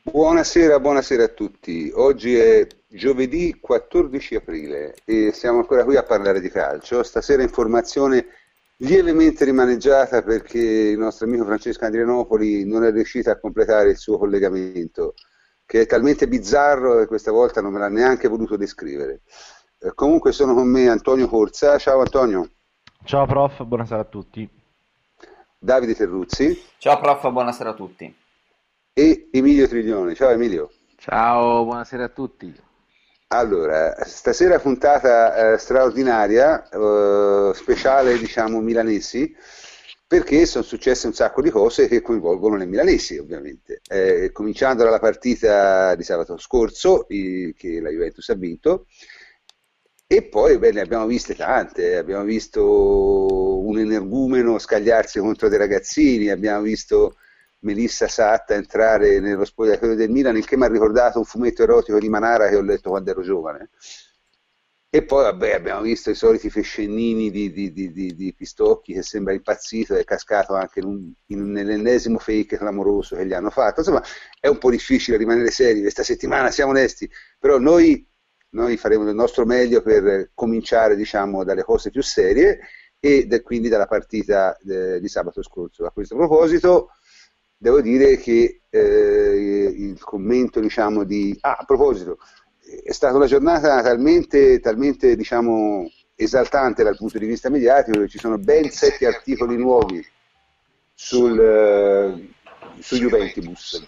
Buonasera, buonasera a tutti. Oggi è giovedì 14 aprile e siamo ancora qui a parlare di calcio. Stasera informazione lievemente rimaneggiata perché il nostro amico Francesco Adrianopoli non è riuscito a completare il suo collegamento, che è talmente bizzarro che questa volta non me l'ha neanche voluto descrivere. Comunque sono con me Antonio Corsa. Ciao Antonio. Ciao prof, buonasera a tutti. Davide Terruzzi Ciao prof, buonasera a tutti. e Emilio Triglione. Ciao Emilio. Ciao, buonasera a tutti. Allora, stasera puntata straordinaria, speciale diciamo milanesi, perché sono successe un sacco di cose che coinvolgono le milanesi ovviamente. Cominciando dalla partita di sabato scorso, che la Juventus ha vinto, e poi beh, ne abbiamo viste tante, abbiamo visto un energumeno scagliarsi contro dei ragazzini, abbiamo visto Melissa Satta entrare nello spogliatoio del Milan, il che mi ha ricordato un fumetto erotico di Manara che ho letto quando ero giovane. E poi vabbè, abbiamo visto i soliti fescennini di Pistocchi che sembra impazzito e è cascato anche nell'ennesimo fake clamoroso che gli hanno fatto. Insomma, è un po' difficile rimanere seri questa settimana, siamo onesti, però noi faremo del nostro meglio per cominciare diciamo, dalle cose più serie e quindi dalla partita di sabato scorso. A questo proposito devo dire che il commento diciamo di... Ah, a proposito, è stata una giornata talmente diciamo, esaltante dal punto di vista mediatico che ci sono ben 7 articoli nuovi su Juventibus.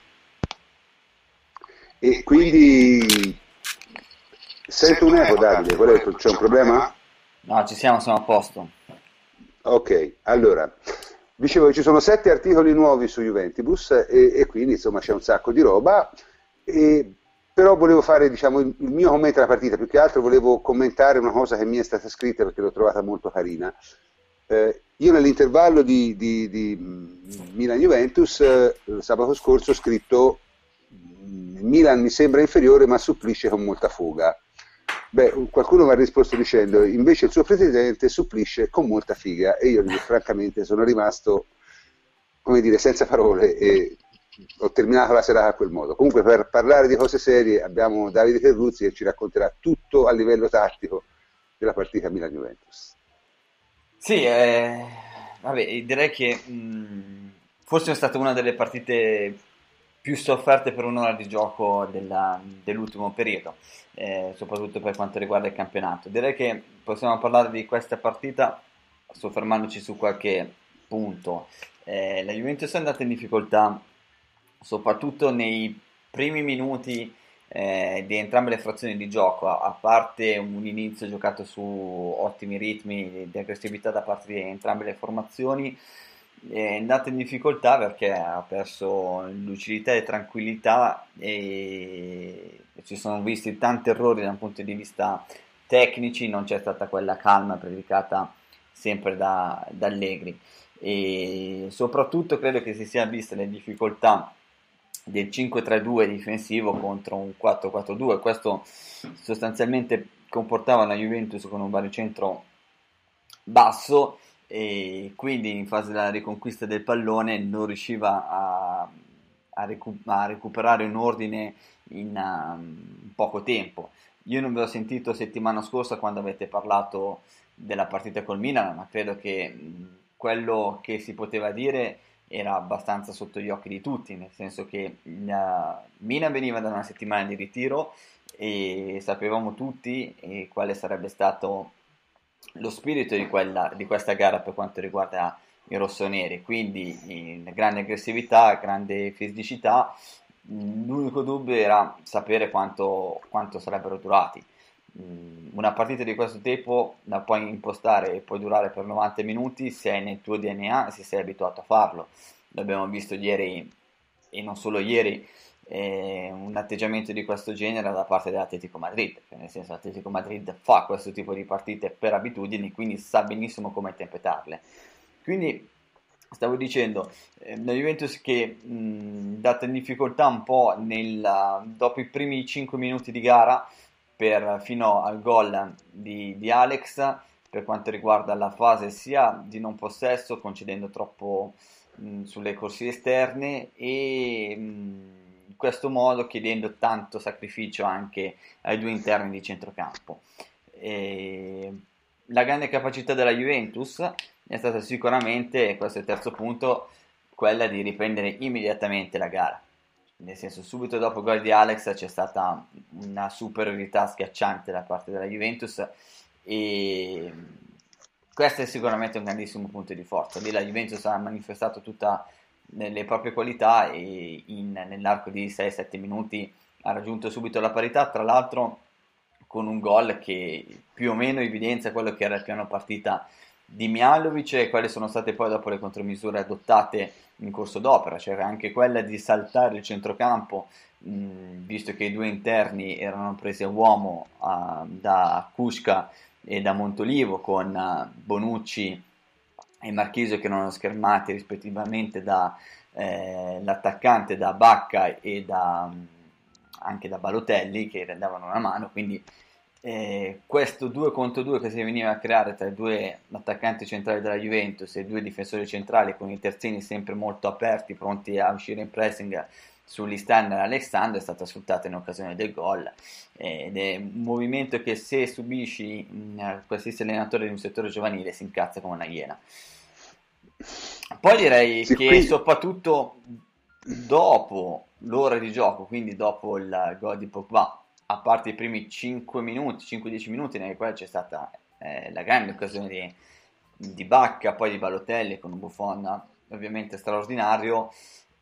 E quindi sento un eco, Davide, c'è un problema? No, ci siamo a posto. Ok, allora, dicevo che ci sono 7 articoli nuovi su Juventibus e quindi insomma c'è un sacco di roba, e, però volevo fare diciamo, il mio commento alla partita, più che altro volevo commentare una cosa che mi è stata scritta perché l'ho trovata molto carina. Io nell'intervallo di Milan-Juventus sabato scorso ho scritto il Milan mi sembra inferiore ma supplisce con molta foga. Beh, qualcuno mi ha risposto dicendo invece il suo presidente supplisce con molta figa e io francamente sono rimasto, come dire, senza parole e ho terminato la serata a quel modo. Comunque per parlare di cose serie abbiamo Davide Terruzzi che ci racconterà tutto a livello tattico della partita Milan-Juventus. Sì, vabbè, direi che forse è stata una delle partite più sofferte per un'ora di gioco dell'ultimo periodo, soprattutto per quanto riguarda il campionato. Direi che possiamo parlare di questa partita soffermandoci su qualche punto. La Juventus è andata in difficoltà soprattutto nei primi minuti di entrambe le frazioni di gioco, a parte un inizio giocato su ottimi ritmi di aggressività da parte di entrambe le formazioni, è andata in difficoltà perché ha perso lucidità e tranquillità e ci sono visti tanti errori da un punto di vista tecnici, non c'è stata quella calma predicata sempre da Allegri e soprattutto credo che si sia vista le difficoltà del 5-3-2 difensivo contro un 4-4-2. Questo sostanzialmente comportava una Juventus con un baricentro basso e quindi in fase della riconquista del pallone non riusciva a recuperare un ordine in poco tempo. Io non vi ho sentito settimana scorsa quando avete parlato della partita col Milan, ma credo che quello che si poteva dire era abbastanza sotto gli occhi di tutti, nel senso che il Milan veniva da una settimana di ritiro e sapevamo tutti quale sarebbe stato lo spirito di questa gara per quanto riguarda i rossoneri, quindi grande aggressività, grande fisicità, l'unico dubbio era sapere quanto sarebbero durati. Una partita di questo tipo la puoi impostare e può durare per 90 minuti se è nel tuo DNA e se sei abituato a farlo. L'abbiamo visto ieri e non solo ieri, un atteggiamento di questo genere da parte dell'Atletico Madrid, cioè nel senso l'Atletico Madrid fa questo tipo di partite per abitudini, quindi sa benissimo come interpretarle. Quindi stavo dicendo, la Juventus che data in difficoltà un po' dopo i primi 5 minuti di gara fino al gol di Alex per quanto riguarda la fase sia di non possesso concedendo troppo sulle corsie esterne e in questo modo, chiedendo tanto sacrificio anche ai due interni di centrocampo. La grande capacità della Juventus è stata sicuramente, questo è il terzo punto, quella di riprendere immediatamente la gara. Nel senso, subito dopo il gol di Alex c'è stata una superiorità schiacciante da parte della Juventus, e questo è sicuramente un grandissimo punto di forza. Lì la Juventus ha manifestato tutte le proprie qualità e nell'arco di 6-7 minuti ha raggiunto subito la parità, tra l'altro con un gol che più o meno evidenzia quello che era il piano partita di Mihajlovic e quali sono state poi dopo le contromisure adottate in corso d'opera. C'era anche quella di saltare il centrocampo, visto che i due interni erano presi a uomo da Kuška e da Montolivo, con Bonucci e Marchisio che erano schermati rispettivamente da l'attaccante, da Bacca e anche da Balotelli, che davano una mano. Quindi questo 2 contro 2 che si veniva a creare tra i due attaccanti centrali della Juventus e i due difensori centrali, con i terzini sempre molto aperti, pronti a uscire in pressing sugli stand Alessandro, è stata sfruttata in occasione del gol, ed è un movimento che, se subisci qualsiasi allenatore di un settore giovanile, si incazza come una iena. Poi direi che soprattutto dopo l'ora di gioco, quindi dopo il gol di Pogba, a parte i primi 5-10 minuti nei quali c'è stata la grande occasione di Bacca, poi di Balotelli con un Buffon ovviamente straordinario,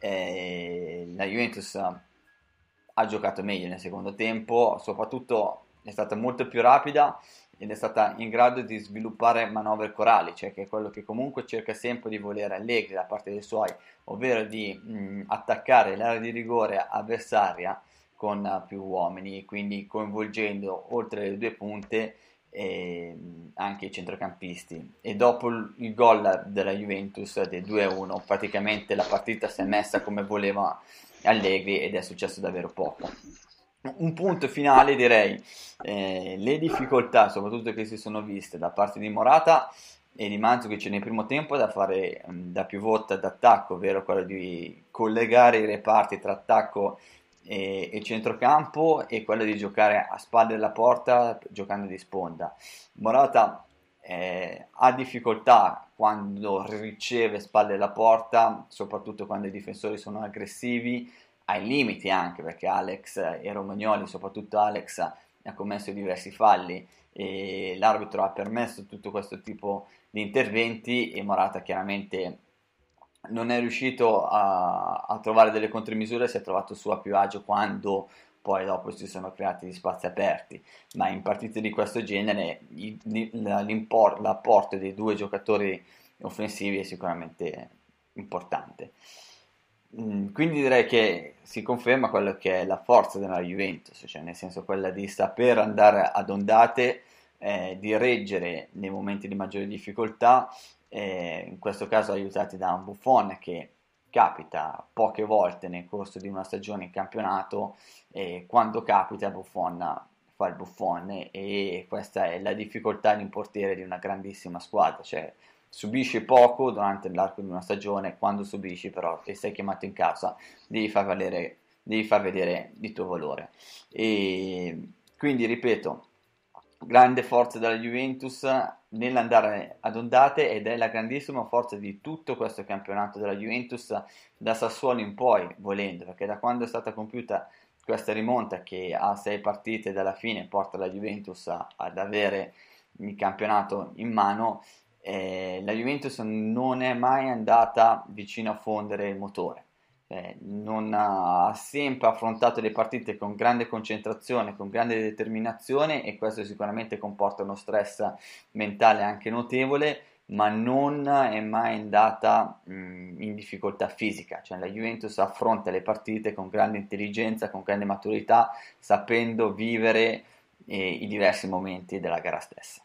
la Juventus ha giocato meglio nel secondo tempo, soprattutto è stata molto più rapida ed è stata in grado di sviluppare manovre corali, cioè che è quello che comunque cerca sempre di volere Allegri da parte dei suoi, ovvero di attaccare l'area di rigore avversaria con più uomini, quindi coinvolgendo oltre le due punte anche i centrocampisti. E dopo il gol della Juventus del 2-1 praticamente la partita si è messa come voleva Allegri ed è successo davvero poco. Un punto finale, direi, le difficoltà soprattutto che si sono viste da parte di Morata e di Mandzukic nel primo tempo da fare da pivot d'attacco, ovvero quello di collegare i reparti tra attacco e centrocampo, e quello di giocare a spalle della porta giocando di sponda. Morata ha difficoltà quando riceve spalle alla porta, soprattutto quando i difensori sono aggressivi, ai limiti anche perché Alex e Romagnoli, soprattutto Alex, ha commesso diversi falli e l'arbitro ha permesso tutto questo tipo di interventi, e Morata chiaramente non è riuscito a trovare delle contromisure, si è trovato su a più agio quando poi dopo si sono creati gli spazi aperti, ma in partite di questo genere l'apporto dei due giocatori offensivi è sicuramente importante. Quindi direi che si conferma quello che è la forza della Juventus, cioè nel senso quella di saper andare ad ondate, di reggere nei momenti di maggiore difficoltà, in questo caso aiutati da un Buffon che capita poche volte nel corso di una stagione in campionato, e quando capita Buffon fa il Buffon, e questa è la difficoltà di un portiere di una grandissima squadra, cioè subisci poco durante l'arco di una stagione, quando subisci però e sei chiamato in casa devi far vedere il tuo valore. E quindi ripeto, grande forza della Juventus nell'andare ad ondate, ed è la grandissima forza di tutto questo campionato della Juventus da Sassuolo in poi, volendo, perché da quando è stata compiuta questa rimonta che a 6 partite dalla fine porta la Juventus ad avere il campionato in mano, la Juventus non è mai andata vicino a fondere il motore, non ha sempre affrontato le partite con grande concentrazione, con grande determinazione, e questo sicuramente comporta uno stress mentale anche notevole, ma non è mai andata in difficoltà fisica, cioè la Juventus affronta le partite con grande intelligenza, con grande maturità, sapendo vivere i diversi momenti della gara stessa.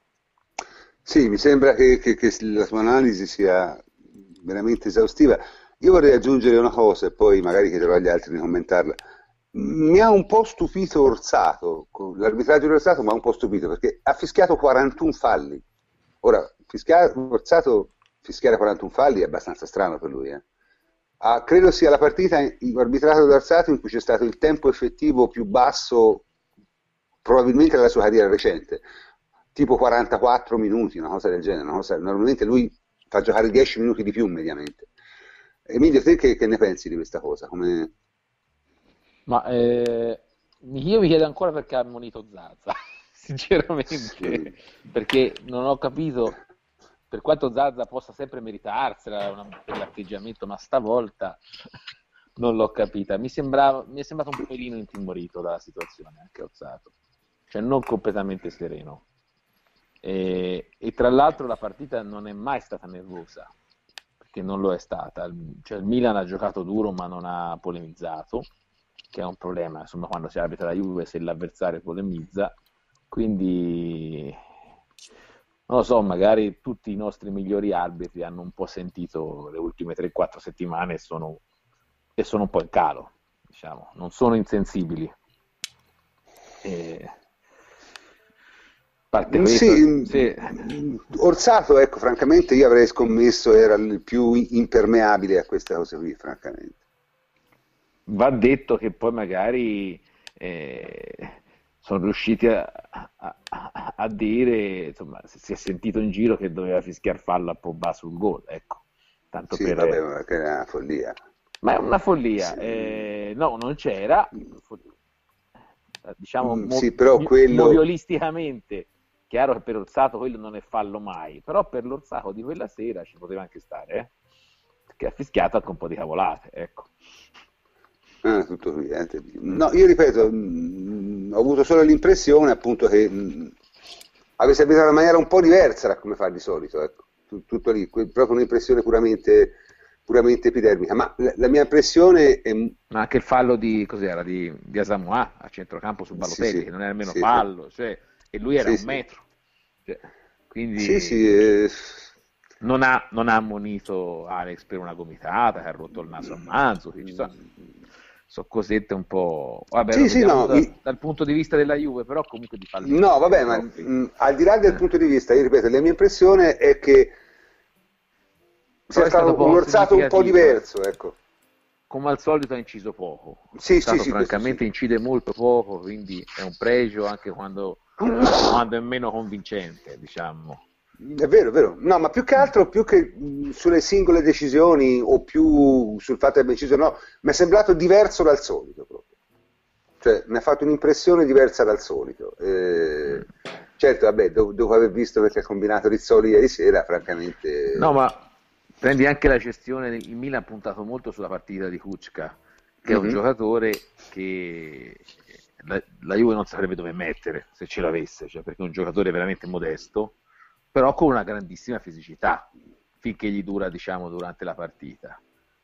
Sì, mi sembra che la tua analisi sia veramente esaustiva. Io vorrei aggiungere una cosa e poi magari chiederò agli altri di commentarla. Mi ha un po' stupito Orsato, l'arbitraggio di Orsato mi ha un po' stupito perché ha fischiato 41 falli. Ora, Orsato fischiare 41 falli è abbastanza strano per lui, credo sia la partita arbitrata da Orsato in cui c'è stato il tempo effettivo più basso probabilmente della sua carriera recente, tipo 44 minuti, una cosa del genere, normalmente lui fa giocare 10 minuti di più mediamente. Emilio, te che ne pensi di questa cosa? Ma io mi chiedo ancora perché ha ammonito Zaza, sinceramente, Sì. perché non ho capito, per quanto Zaza possa sempre meritarsela per l'atteggiamento, ma stavolta non l'ho capita. Mi è sembrato un pelino intimorito dalla situazione, anche Ozzato, cioè non completamente sereno. E tra l'altro la partita non è mai stata nervosa, perché non lo è stata. Cioè, il Milan ha giocato duro ma non ha polemizzato, che è un problema, insomma, quando si arbitra la Juve, se l'avversario polemizza. Quindi non lo so, magari tutti i nostri migliori arbitri hanno un po' sentito le ultime 3-4 settimane e sono un po' in calo, diciamo, non sono insensibili. Parte questo, sì. Orsato, ecco, francamente io avrei scommesso era il più impermeabile a queste cose qui, francamente. Va detto che poi magari sono riusciti a dire, insomma, si è sentito in giro che doveva fischiar fallo a Pogba sul gol, ecco. Tanto Sì, per... vabbè, ma che è una follia. Ma è una follia, Sì. no, non c'era, diciamo, Sì, però quello... moviolisticamente, chiaro che per Orsato quello non è fallo mai, però per l'Orsato di quella sera ci poteva anche stare, perché ha fischiato anche un po' di cavolate, ecco. Tutto qui. No, io ripeto, ho avuto solo l'impressione appunto che avesse abitato in maniera un po' diversa da come fa di solito, ecco. Tutto lì, proprio un'impressione puramente epidermica, ma la mia impressione è... Ma anche il fallo di Asamoah a centrocampo su Balotelli, sì, che non era nemmeno sì, fallo, cioè, e lui era sì, un metro, cioè, quindi sì, non ha ammonito Alex per una gomitata che ha rotto il naso a Mandzukic, sono cosette un po'... Vabbè, lo sì, vediamo no, dal punto di vista della Juve, però comunque di falli no, vabbè, ma al di là del punto di vista, io ripeto, la mia impressione è che sia stato un Orsato un po' diverso, ecco. Come al solito ha inciso poco. Sì, Francamente incide molto poco, quindi è un pregio anche quando è meno convincente, diciamo. È vero. No, ma più che altro, più che sulle singole decisioni o più sul fatto che abbia deciso no, mi è sembrato diverso dal solito proprio. Cioè, mi ha fatto un'impressione diversa dal solito. Certo, vabbè, dopo aver visto perché ha combinato Rizzoli ieri sera, francamente... No, ma prendi anche la gestione, il Milan ha puntato molto sulla partita di Kučka, che è un giocatore che la Juve non saprebbe dove mettere se ce l'avesse, cioè perché è un giocatore veramente modesto, però con una grandissima fisicità, finché gli dura, diciamo, durante la partita.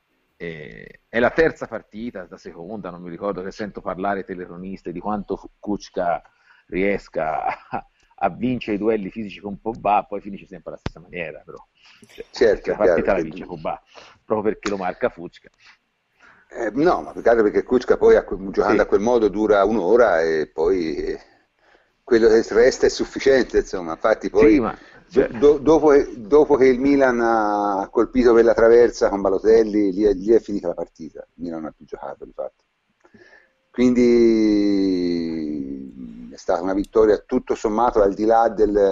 È la terza partita, la seconda, non mi ricordo, che sento parlare telecroniste di quanto Kučka riesca a vincere i duelli fisici con Pogba, poi finisce sempre alla stessa maniera, però. Certo, la partita la vince Pogba, proprio perché lo marca Kučka. No, ma più che altro perché Kučka poi giocando a quel modo dura un'ora e poi quello che resta è sufficiente, insomma, infatti poi dopo che il Milan ha colpito per la traversa con Balotelli, lì è finita la partita, il Milan non ha più giocato di fatto. Quindi è stata una vittoria tutto sommato al di là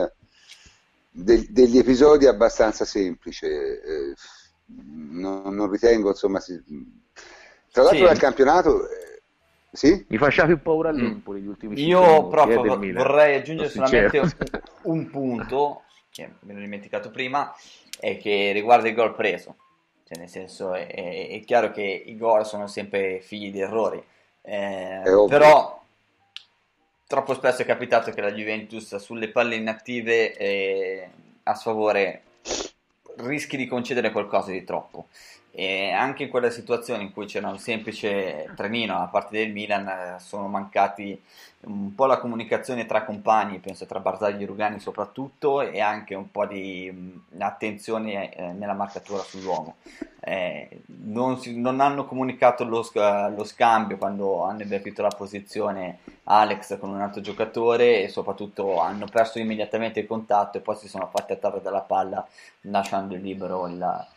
degli episodi abbastanza semplice. Non ritengo, insomma, tra l'altro dal campionato sì? Mi faceva più paura all'Empoli gli ultimi 5 Io minuti, però vorrei aggiungere solamente sincero. un punto che mi ero dimenticato prima e che riguarda il gol preso, cioè nel senso è chiaro che i gol sono sempre figli di errori, però troppo spesso è capitato che la Juventus sulle palle inattive a sfavore rischi di concedere qualcosa di troppo. E anche in quella situazione in cui c'era un semplice trenino da parte del Milan sono mancati un po' la comunicazione tra compagni, penso tra Barzagli e Rugani soprattutto, e anche un po' di attenzione nella marcatura sull'uomo. Non hanno comunicato lo scambio quando hanno invertito la posizione Alex con un altro giocatore e soprattutto hanno perso immediatamente il contatto e poi si sono fatti attrarre dalla palla lasciando libero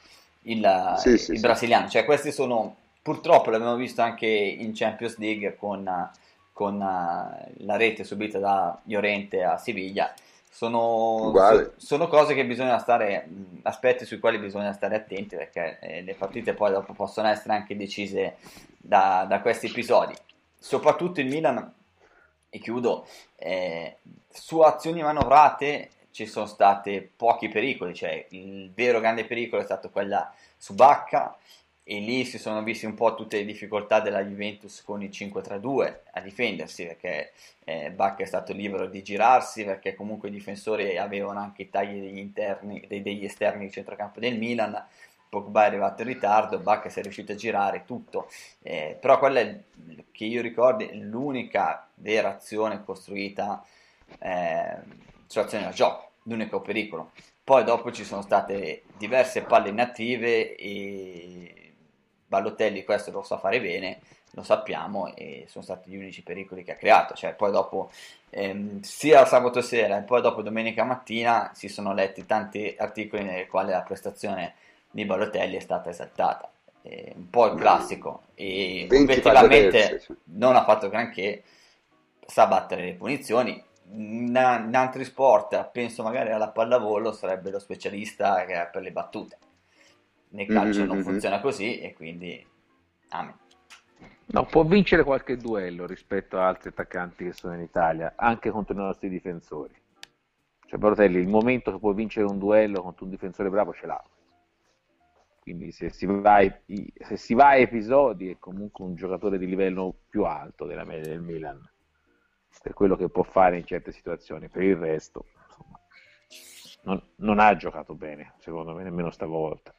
Sì, sì, il sì. brasiliano. Cioè, questi sono, purtroppo l'abbiamo visto anche in Champions League con la rete subita da Llorente a Siviglia. Uguale. Sono cose che bisogna stare, aspetti sui quali bisogna stare attenti, perché le partite poi dopo possono essere anche decise da questi episodi. Soprattutto il Milan, e chiudo, su azioni manovrate ci sono stati pochi pericoli, cioè il vero grande pericolo è stato quella su Bacca, e lì si sono visti un po' tutte le difficoltà della Juventus con il 5-3-2 a difendersi, perché Bacca è stato libero di girarsi, perché comunque i difensori avevano anche i tagli degli interni, degli esterni di centrocampo del Milan. Pogba è arrivato in ritardo, Bacca si è riuscito a girare tutto, però quella è, che io ricordi, è l'unica vera azione costruita sull'azione da gioco, l'unico pericolo. Poi dopo ci sono state diverse palle inattive e Balotelli questo lo sa fare bene, lo sappiamo, e sono stati gli unici pericoli che ha creato. Cioè, poi dopo sia sabato sera e poi dopo domenica mattina si sono letti tanti articoli nei quali la prestazione di Balotelli è stata esaltata. Un po' il classico, e 20 palle perse. obiettivamente Sì. non ha fatto granché, sa battere le punizioni. In altri sport, penso magari alla pallavolo, sarebbe lo specialista che è per le battute. Nel calcio non Mhm. funziona così, e quindi amen. No, può vincere qualche duello rispetto a altri attaccanti che sono in Italia, anche contro i nostri difensori. Cioè, Balotelli, il momento che può vincere un duello contro un difensore bravo ce l'ha. Quindi se si va a episodi è comunque un giocatore di livello più alto della media del Milan, per quello che può fare in certe situazioni. Per il resto, insomma, non ha giocato bene, secondo me, nemmeno stavolta.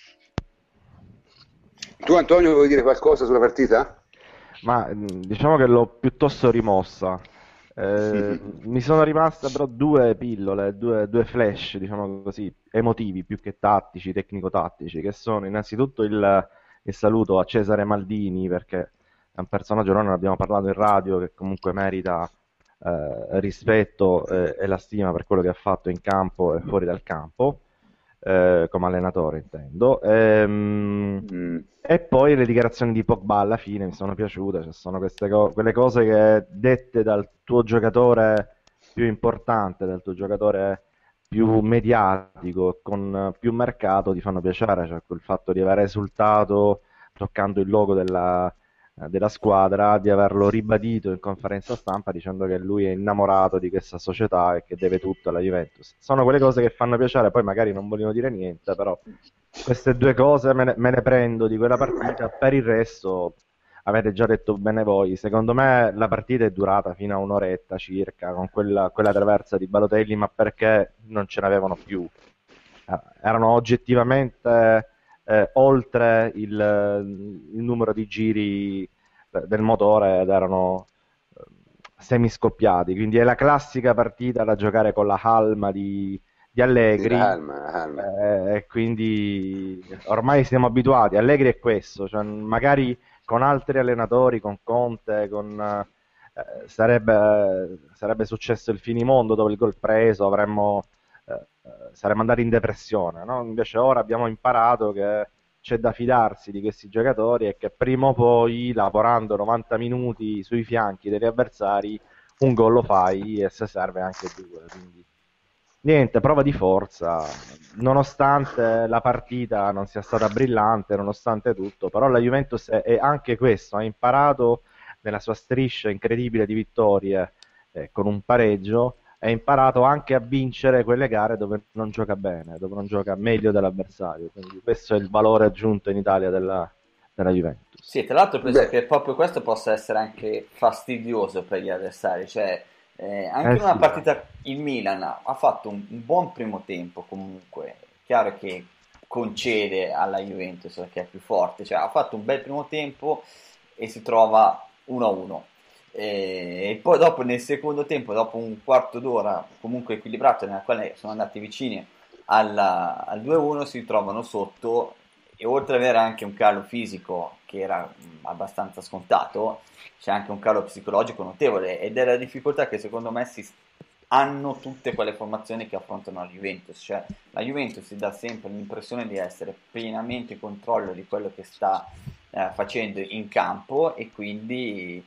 Tu Antonio vuoi dire qualcosa sulla partita? Ma diciamo che l'ho piuttosto rimossa. Mi sono rimaste però due pillole, due flash, diciamo così, emotivi più che tattici, tecnico-tattici, che sono innanzitutto il saluto a Cesare Maldini, perché è un personaggio, noi ne abbiamo parlato in radio, che comunque merita rispetto e la stima per quello che ha fatto in campo e fuori dal campo, come allenatore intendo. Mm. E poi le dichiarazioni di Pogba alla fine mi sono piaciute, cioè sono quelle cose che dette dal tuo giocatore più importante, dal tuo giocatore più mediatico, con più mercato, ti fanno piacere, cioè quel fatto di aver esultato toccando il logo della squadra, di averlo ribadito in conferenza stampa dicendo che lui è innamorato di questa società e che deve tutto alla Juventus. Sono quelle cose che fanno piacere, poi magari non vogliono dire niente, però queste due cose me ne prendo di quella partita. Per il resto avete già detto bene voi, secondo me la partita è durata fino a un'oretta circa con quella traversa di Balotelli, ma perché non ce n'avevano più. Erano oggettivamente oltre il numero di giri del motore, ed erano semiscoppiati, quindi è la classica partita da giocare con la calma di Sì, la Allegri, calma, la calma. e quindi ormai siamo abituati. Allegri è questo, cioè magari con altri allenatori, con Conte, sarebbe successo il finimondo dopo il gol preso, saremmo andati in depressione, no? Invece ora abbiamo imparato che c'è da fidarsi di questi giocatori e che prima o poi, lavorando 90 minuti sui fianchi degli avversari, un gol lo fai, e se serve anche due. Quindi niente, prova di forza, nonostante la partita non sia stata brillante, nonostante tutto, però la Juventus è anche questo, ha imparato nella sua striscia incredibile di vittorie, con un pareggio, ha imparato anche a vincere quelle gare dove non gioca bene, dove non gioca meglio dell'avversario. Quindi questo è il valore aggiunto in Italia della Juventus. Sì, tra l'altro penso Beh, che proprio questo possa essere anche fastidioso per gli avversari, cioè anche Eh in una sì, partita il Milan ha fatto un buon primo tempo comunque, chiaro che concede alla Juventus perché è più forte, cioè ha fatto un bel primo tempo e si trova 1-1. E poi dopo nel secondo tempo, dopo un quarto d'ora comunque equilibrato, nella quale sono andati vicini al 2-1, si trovano sotto, e oltre ad avere anche un calo fisico che era abbastanza scontato, c'è anche un calo psicologico notevole, ed è la difficoltà che secondo me hanno tutte quelle formazioni che affrontano la Juventus, cioè la Juventus si dà sempre l'impressione di essere pienamente in controllo di quello che sta facendo in campo, e quindi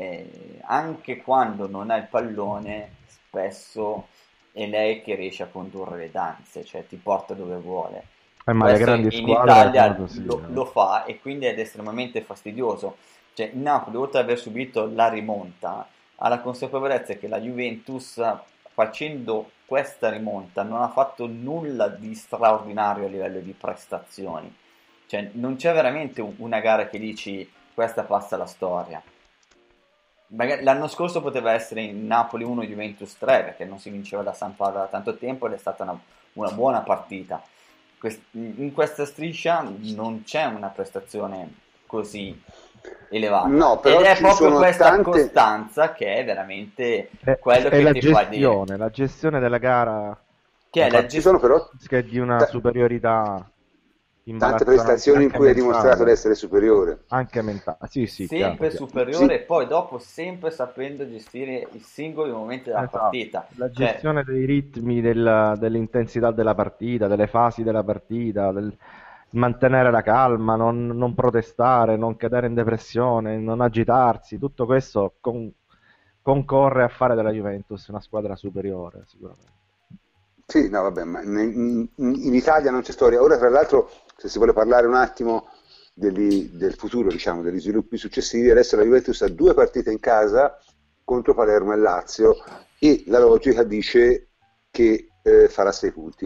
anche quando non ha il pallone spesso è lei che riesce a condurre le danze, cioè ti porta dove vuole. Ma le Questo grandi in squadre Italia sono così. lo fa, e quindi è estremamente fastidioso. Cioè, il Napoli, oltre ad aver subito la rimonta, ha la consapevolezza che la Juventus, facendo questa rimonta, non ha fatto nulla di straordinario a livello di prestazioni. Cioè, non c'è veramente una gara che dici questa passa la storia. Magari l'anno scorso poteva essere in Napoli 1 Juventus 3, perché non si vinceva da San Paolo da tanto tempo ed è stata una buona partita. In questa striscia non c'è una prestazione così elevata, No, però ed è ci proprio sono questa tante... costanza che è veramente quello che la ti fa dire la gestione della gara che è la Ci sono però che è di una ta- superiorità tante imbarazzante, prestazioni in anche cui hai dimostrato di mentale, essere superiore. anche mentale. Sì, sì, chiaro, sempre chiaro. superiore, Sì, e poi dopo sempre sapendo gestire i singoli momenti della Esatto. partita. La Cioè, gestione dei ritmi, dell'intensità della partita, delle fasi della partita, mantenere la calma, non protestare, non cadere in depressione, non agitarsi, tutto questo concorre a fare della Juventus una squadra superiore, sicuramente. sì, no, vabbè, ma in Italia non c'è storia. Ora, tra l'altro, se si vuole parlare un attimo del futuro, diciamo, degli sviluppi successivi, adesso la Juventus ha 2 partite in casa contro Palermo e Lazio, e la logica dice che farà 6 punti.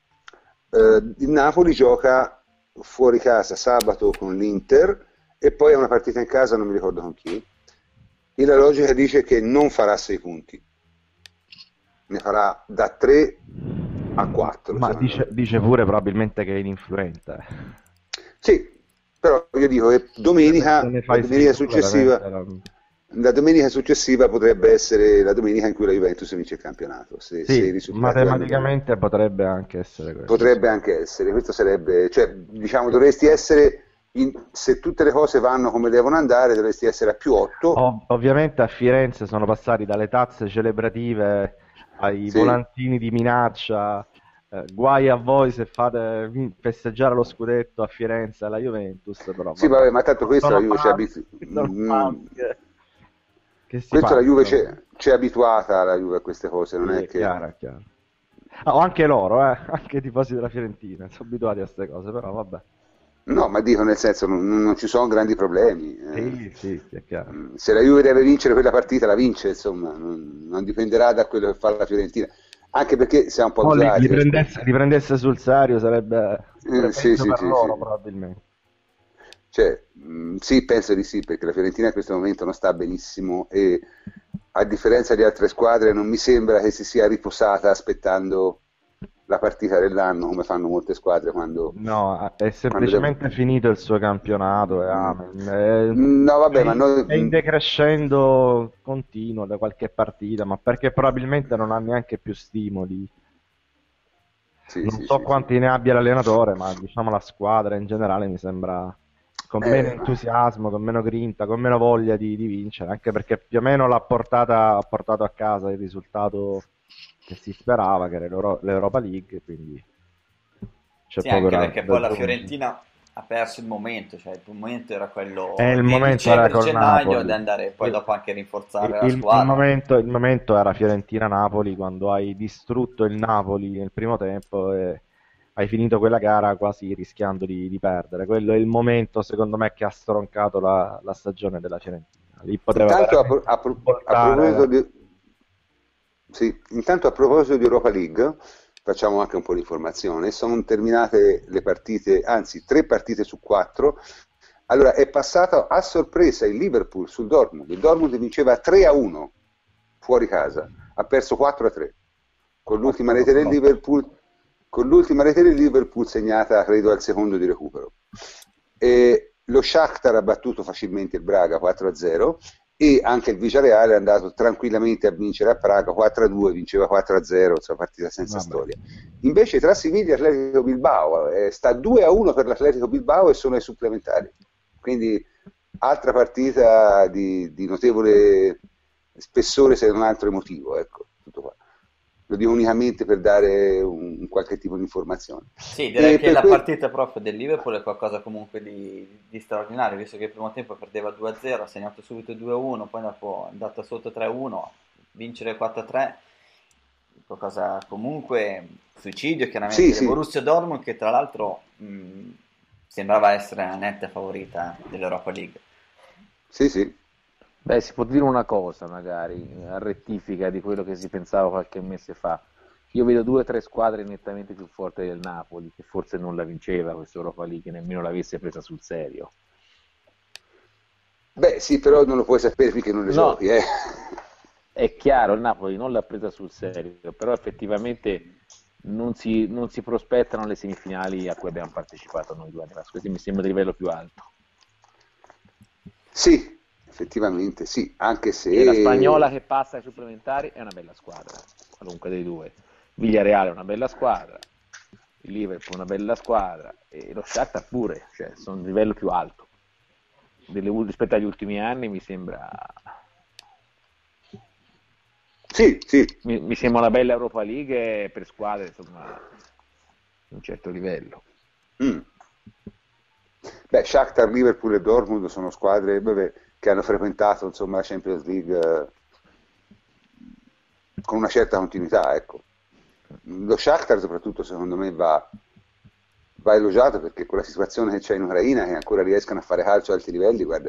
Il Napoli gioca fuori casa sabato con l'Inter, e poi ha una partita in casa, non mi ricordo con chi, e la logica dice che non farà 6 punti, ne farà da 3 a 4. Ma dice pure probabilmente che è ininfluente. Sì, però io dico che Se domenica, ne la fai domenica 6 tu, veramente successiva, la domenica successiva potrebbe essere la domenica in cui la Juventus vince il campionato, se i Sì, risultati vanno bene. matematicamente potrebbe anche essere questo. Potrebbe anche essere, questo sarebbe, cioè, diciamo, dovresti essere, se tutte le cose vanno come devono andare, dovresti essere a più 8. Ovviamente a Firenze sono passati dalle tazze celebrative ai Sì. volantini di minaccia. Guai a voi se fate festeggiare lo scudetto a Firenze alla Juventus, però Sì, vabbè, vabbè, ma tanto questo la sono Juve fasi, sono fasi che si questo la Juve passano. c'è abituata, la Juve, a queste cose, non Sì, è è che... chiaro, è chiaro. O anche loro, anche i tifosi della Fiorentina, sono abituati a queste cose, però vabbè. No, ma dico, nel senso, non ci sono grandi problemi. Sì, sì, sì, è chiaro. Se la Juve deve vincere quella partita, la vince, insomma, non dipenderà da quello che fa la Fiorentina. Anche perché siamo un po' O abituati. li prendesse sul serio sarebbe Sì, peggio sì, per sì, loro, sì. probabilmente. Cioè, sì, penso di sì, perché la Fiorentina in questo momento non sta benissimo, e a differenza di altre squadre non mi sembra che si sia riposata aspettando la partita dell'anno, come fanno molte squadre quando No, è devono... semplicemente finito il suo campionato e amen. No, vabbè, ma È in noi... decrescendo continuo da qualche partita, ma perché probabilmente non ha neanche più stimoli. Sì, Non sì, so sì, sì. quanti ne abbia l'allenatore, ma diciamo la squadra in generale mi sembra con meno Ma... entusiasmo, con meno grinta, con meno voglia di vincere, anche perché più o meno ha portato a casa il risultato che si sperava, che era l'Europa League, quindi c'è sì, poco anche da perché poi la aggiungere. Fiorentina ha perso il momento, cioè il momento era E quello il di momento era col dicembre-gennaio, di Napoli. andare poi Il, dopo anche a rinforzare la il squadra. momento era Fiorentina-Napoli, quando hai distrutto il Napoli nel primo tempo e hai finito quella gara quasi rischiando di perdere. Quello è il momento, secondo me, che ha stroncato la stagione della Fiorentina. Lì poteva Intanto veramente a proposito voltare. di... Sì, intanto a proposito di Europa League, facciamo anche un po' di informazione. Sono terminate le partite, anzi 3 partite su 4. Allora, è passato a sorpresa il Liverpool sul Dortmund. Il Dortmund vinceva 3-1 fuori casa, ha perso 4-3 con l'ultima rete del Liverpool, segnata credo al secondo di recupero. E lo Shakhtar ha battuto facilmente il Braga 4-0, e anche il Villarreal è andato tranquillamente a vincere a Praga 4-2, vinceva 4-0, insomma, partita senza Vabbè. storia. Invece tra Siviglia e Atletico Bilbao sta 2-1 per l'Atletico Bilbao, e sono ai supplementari, quindi altra partita di notevole spessore, se non altro emotivo, ecco, tutto qua. lo dico unicamente per dare un qualche tipo di informazione. Sì, direi E che per la que- partita proprio del Liverpool è qualcosa comunque di straordinario, visto che il primo tempo perdeva 2-0, ha segnato subito 2-1, poi dopo è andata sotto 3-1, vincere 4-3, qualcosa comunque, suicidio Sì, chiaramente, del sì, Borussia Dortmund che tra l'altro sembrava essere la netta favorita dell'Europa League. sì, sì. Beh, si può dire una cosa, magari, a rettifica di quello che si pensava qualche mese fa. Io vedo 2 o 3 squadre nettamente più forti del Napoli, che forse non la vinceva questa Europa League, nemmeno l'avesse presa sul serio. Beh, sì, però non lo puoi sapere finché non le No, giochi, eh. è chiaro, il Napoli non l'ha presa sul serio, però effettivamente non si prospettano le semifinali a cui abbiamo partecipato noi 2 anni fa. Questo mi sembra il livello più alto. Sì, effettivamente sì, anche E la Spagnola se che passa ai supplementari è una bella squadra, qualunque dei due. Villarreal è una bella squadra, il Liverpool è una bella squadra e lo Shakhtar pure, cioè sono un livello più alto. Rispetto agli ultimi anni mi sembra sì, sì. mi sembra una bella Europa League per squadre insomma di un certo livello. Mm. Beh, Shakhtar, Liverpool e Dortmund sono squadre vabbè, che hanno frequentato insomma, la Champions League con una certa continuità, ecco. Lo Shakhtar soprattutto secondo me va elogiato perché con la situazione che c'è in Ucraina che ancora riescano a fare calcio a alti livelli, guarda,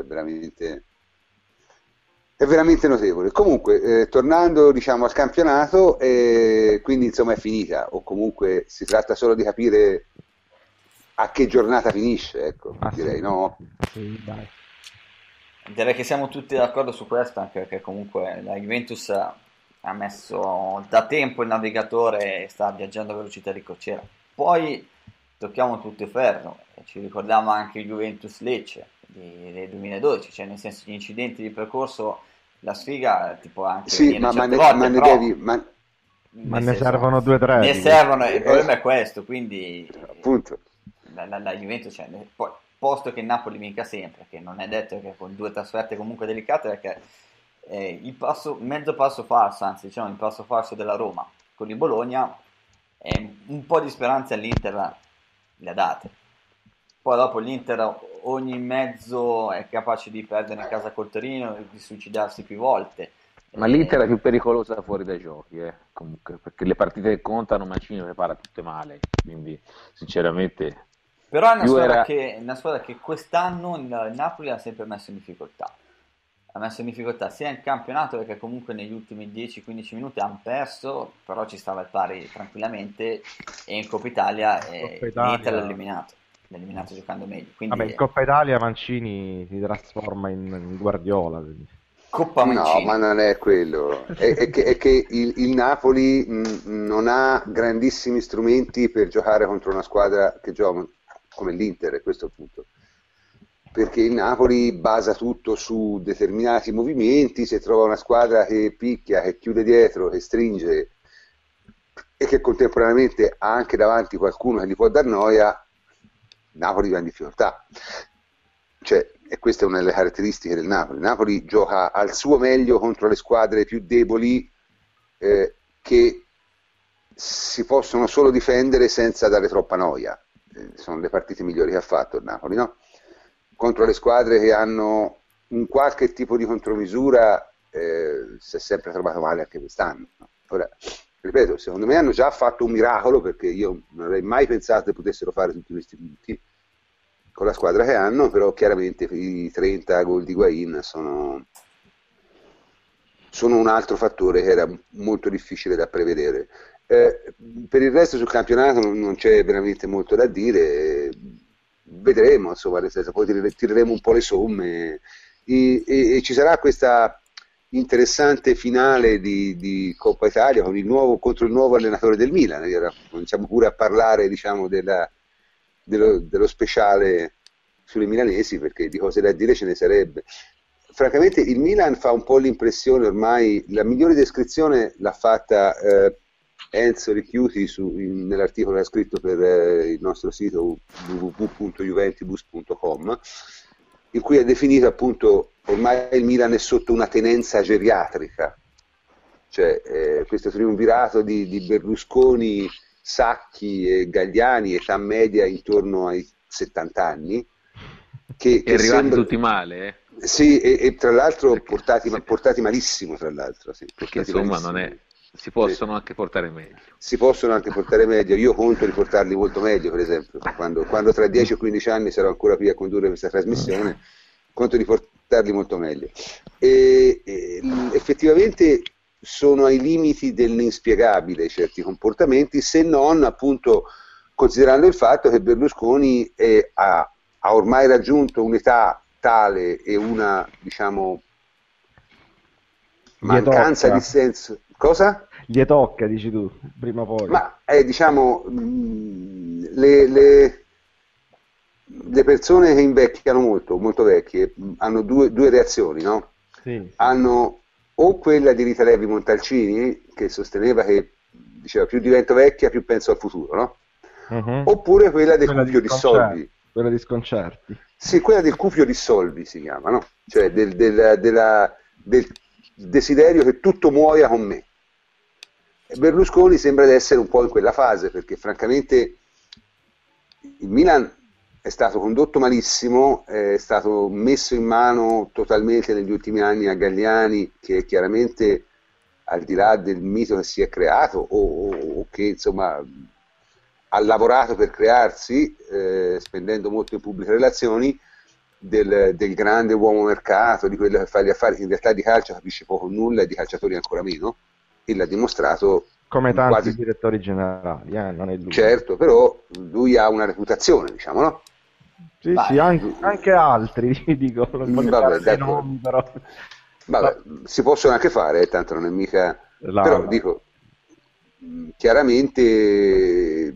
è veramente notevole. Comunque, tornando diciamo al campionato, quindi insomma è finita, o comunque si tratta solo di capire a che giornata finisce, ecco, Ah, direi, sì. no? Sì, dai. Direi che siamo tutti d'accordo su questo, anche perché comunque la Juventus ha messo da tempo il navigatore e sta viaggiando a velocità di crociera. Poi tocchiamo tutto il ferro, e ci ricordiamo anche il Juventus Lecce del 2012, cioè nel senso gli incidenti di percorso, la sfiga ti può anche Sì, venire certe volte, però Ma nel ne senso servono 2 o 3 ne di questi. servono, il problema è questo, quindi appunto. la Juventus, cioè, poi, posto che il Napoli vinca sempre, che non è detto che con 2 trasferte comunque delicate, perché mezzo passo falso, anzi diciamo il passo falso della Roma con il Bologna, un po' di speranza all'Inter le ha date. Poi dopo l'Inter ogni mezzo è capace di perdere in casa col Torino e di suicidarsi più volte. Ma l'Inter è più pericolosa fuori dai giochi, comunque, perché le partite che contano Mancini prepara tutte male, quindi sinceramente Però è una più squadra era che, quest'anno il Napoli ha sempre messo in difficoltà. Ha messo in difficoltà sia in campionato perché comunque negli ultimi 10-15 minuti hanno perso, però ci stava al pari tranquillamente, e in Coppa Italia Coppa l'Inter Italia. l'ha eliminato giocando meglio. Vabbè, in Quindi Coppa Italia Mancini si trasforma in Guardiola. Quindi. Coppa No, Mancini. ma non è quello, è che il Napoli non ha grandissimi strumenti per giocare contro una squadra che gioca come l'Inter, e questo è il punto. Perché il Napoli basa tutto su determinati movimenti, se trova una squadra che picchia, che chiude dietro, che stringe e che contemporaneamente ha anche davanti qualcuno che gli può dar noia, Napoli va in difficoltà. Cioè, e questa è una delle caratteristiche del Napoli. Napoli gioca al suo meglio contro le squadre più deboli che si possono solo difendere senza dare troppa noia. Sono le partite migliori che ha fatto il Napoli, no? Contro le squadre che hanno un qualche tipo di contromisura si è sempre trovato male anche quest'anno. Ora, ripeto, secondo me hanno già fatto un miracolo, perché io non avrei mai pensato che potessero fare tutti questi punti con la squadra che hanno, però chiaramente i 30 gol di Higuaín sono un altro fattore che era molto difficile da prevedere. Per il resto sul campionato non c'è veramente molto da dire, vedremo, insomma, nel senso, poi tireremo un po' le somme e ci sarà questa interessante finale di Coppa Italia contro il nuovo allenatore del Milan. Cominciamo pure a parlare, diciamo, dello speciale sulle milanesi, perché di cose da dire ce ne sarebbe. Francamente il Milan fa un po' l'impressione, ormai la migliore descrizione l'ha fatta Enzo Ricchiuti nell'articolo che ha scritto per il nostro sito www.juventibus.com, in cui ha definito appunto ormai il Milan è sotto una tenenza geriatrica, cioè questo triumvirato di Berlusconi, Sacchi e Galliani, età media intorno ai 70 anni, che arrivati sembra... tutti male, Sì, e tra l'altro Perché- portati malissimo, tra l'altro, sì, perché portati insomma malissimo. si possono anche portare meglio. Si possono anche portare meglio, io conto di portarli molto meglio, per esempio, quando tra 10 o 15 anni sarò ancora qui a condurre questa trasmissione, conto di portarli molto meglio. E effettivamente sono ai limiti dell'inspiegabile certi comportamenti, se non appunto considerando il fatto che Berlusconi ha ormai raggiunto un'età tale e una, diciamo, mancanza di senso. Cosa? Gli tocca, dici tu, prima o poi. Ma diciamo, le persone che invecchiano molto, molto vecchie, hanno due reazioni, no? Sì. Hanno o quella di Rita Levi Montalcini, che sosteneva che diceva più divento vecchia, più penso al futuro, no? Oppure quella del cupio dissolvi. Quella di sconcerti. Sì, quella del cupio dissolvi si chiama, no? Cioè del desiderio che tutto muoia con me. Berlusconi sembra di essere un po' in quella fase, perché francamente il Milan è stato condotto malissimo, è stato messo in mano totalmente negli ultimi anni a Galliani, che chiaramente, al di là del mito che si è creato o che insomma ha lavorato per crearsi, spendendo molto in pubbliche relazioni, del grande uomo mercato, di quello che fa gli affari, in realtà di calcio capisce poco o nulla e di calciatori ancora meno, e l'ha dimostrato come tanti quasi... direttori generali, non è lui. Certo, però lui ha una reputazione, diciamo, no? Sì, sì, anche altri, dico, non voglio fare dei nomi, però... Vabbè, si possono anche fare, tanto non è mica... Però dico, chiaramente...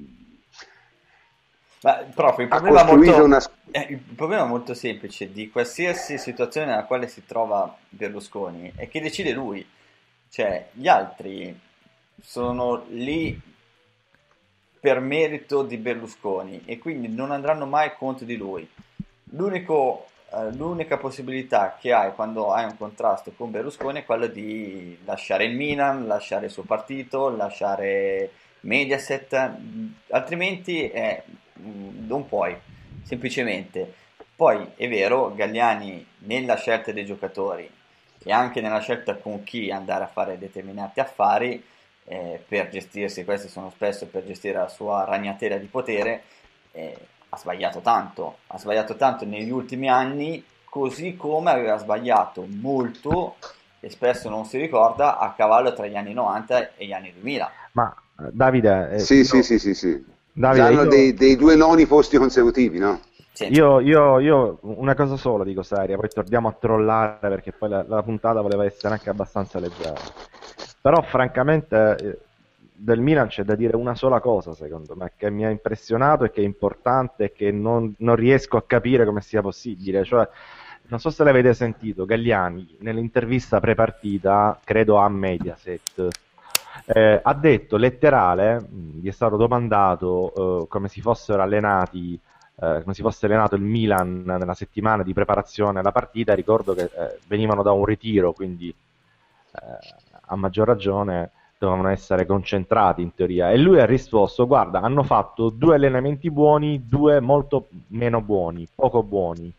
Ma proprio il problema molto semplice di qualsiasi situazione nella quale si trova Berlusconi è che decide lui, cioè gli altri sono lì per merito di Berlusconi e quindi non andranno mai contro di lui. L'unica possibilità che hai quando hai un contrasto con Berlusconi è quello di lasciare il Milan, lasciare il suo partito, lasciare Mediaset, altrimenti non puoi, semplicemente. Poi è vero, Galliani nella scelta dei giocatori e anche nella scelta con chi andare a fare determinati affari, per gestirsi, questi sono spesso per gestire la sua ragnatela di potere, ha sbagliato tanto negli ultimi anni, così come aveva sbagliato molto e spesso non si ricorda a cavallo tra gli anni 90 e gli anni 2000. Ma Davide, sì. Davide, hanno dei due noni posti consecutivi, no? Sì. Io una cosa sola dico seria, poi torniamo a trollare perché poi la puntata voleva essere anche abbastanza leggera. Però francamente del Milan c'è da dire una sola cosa, secondo me, che mi ha impressionato e che è importante e che non riesco a capire come sia possibile. Cioè, non so se l'avete sentito, Galliani nell'intervista pre-partita, credo a Mediaset, ha detto letterale, gli è stato domandato come si fossero allenati, come si fosse allenato il Milan nella settimana di preparazione alla partita. Ricordo che venivano da un ritiro, quindi a maggior ragione dovevano essere concentrati in teoria, e lui ha risposto: guarda, hanno fatto 2 allenamenti buoni, 2 molto meno buoni, poco buoni,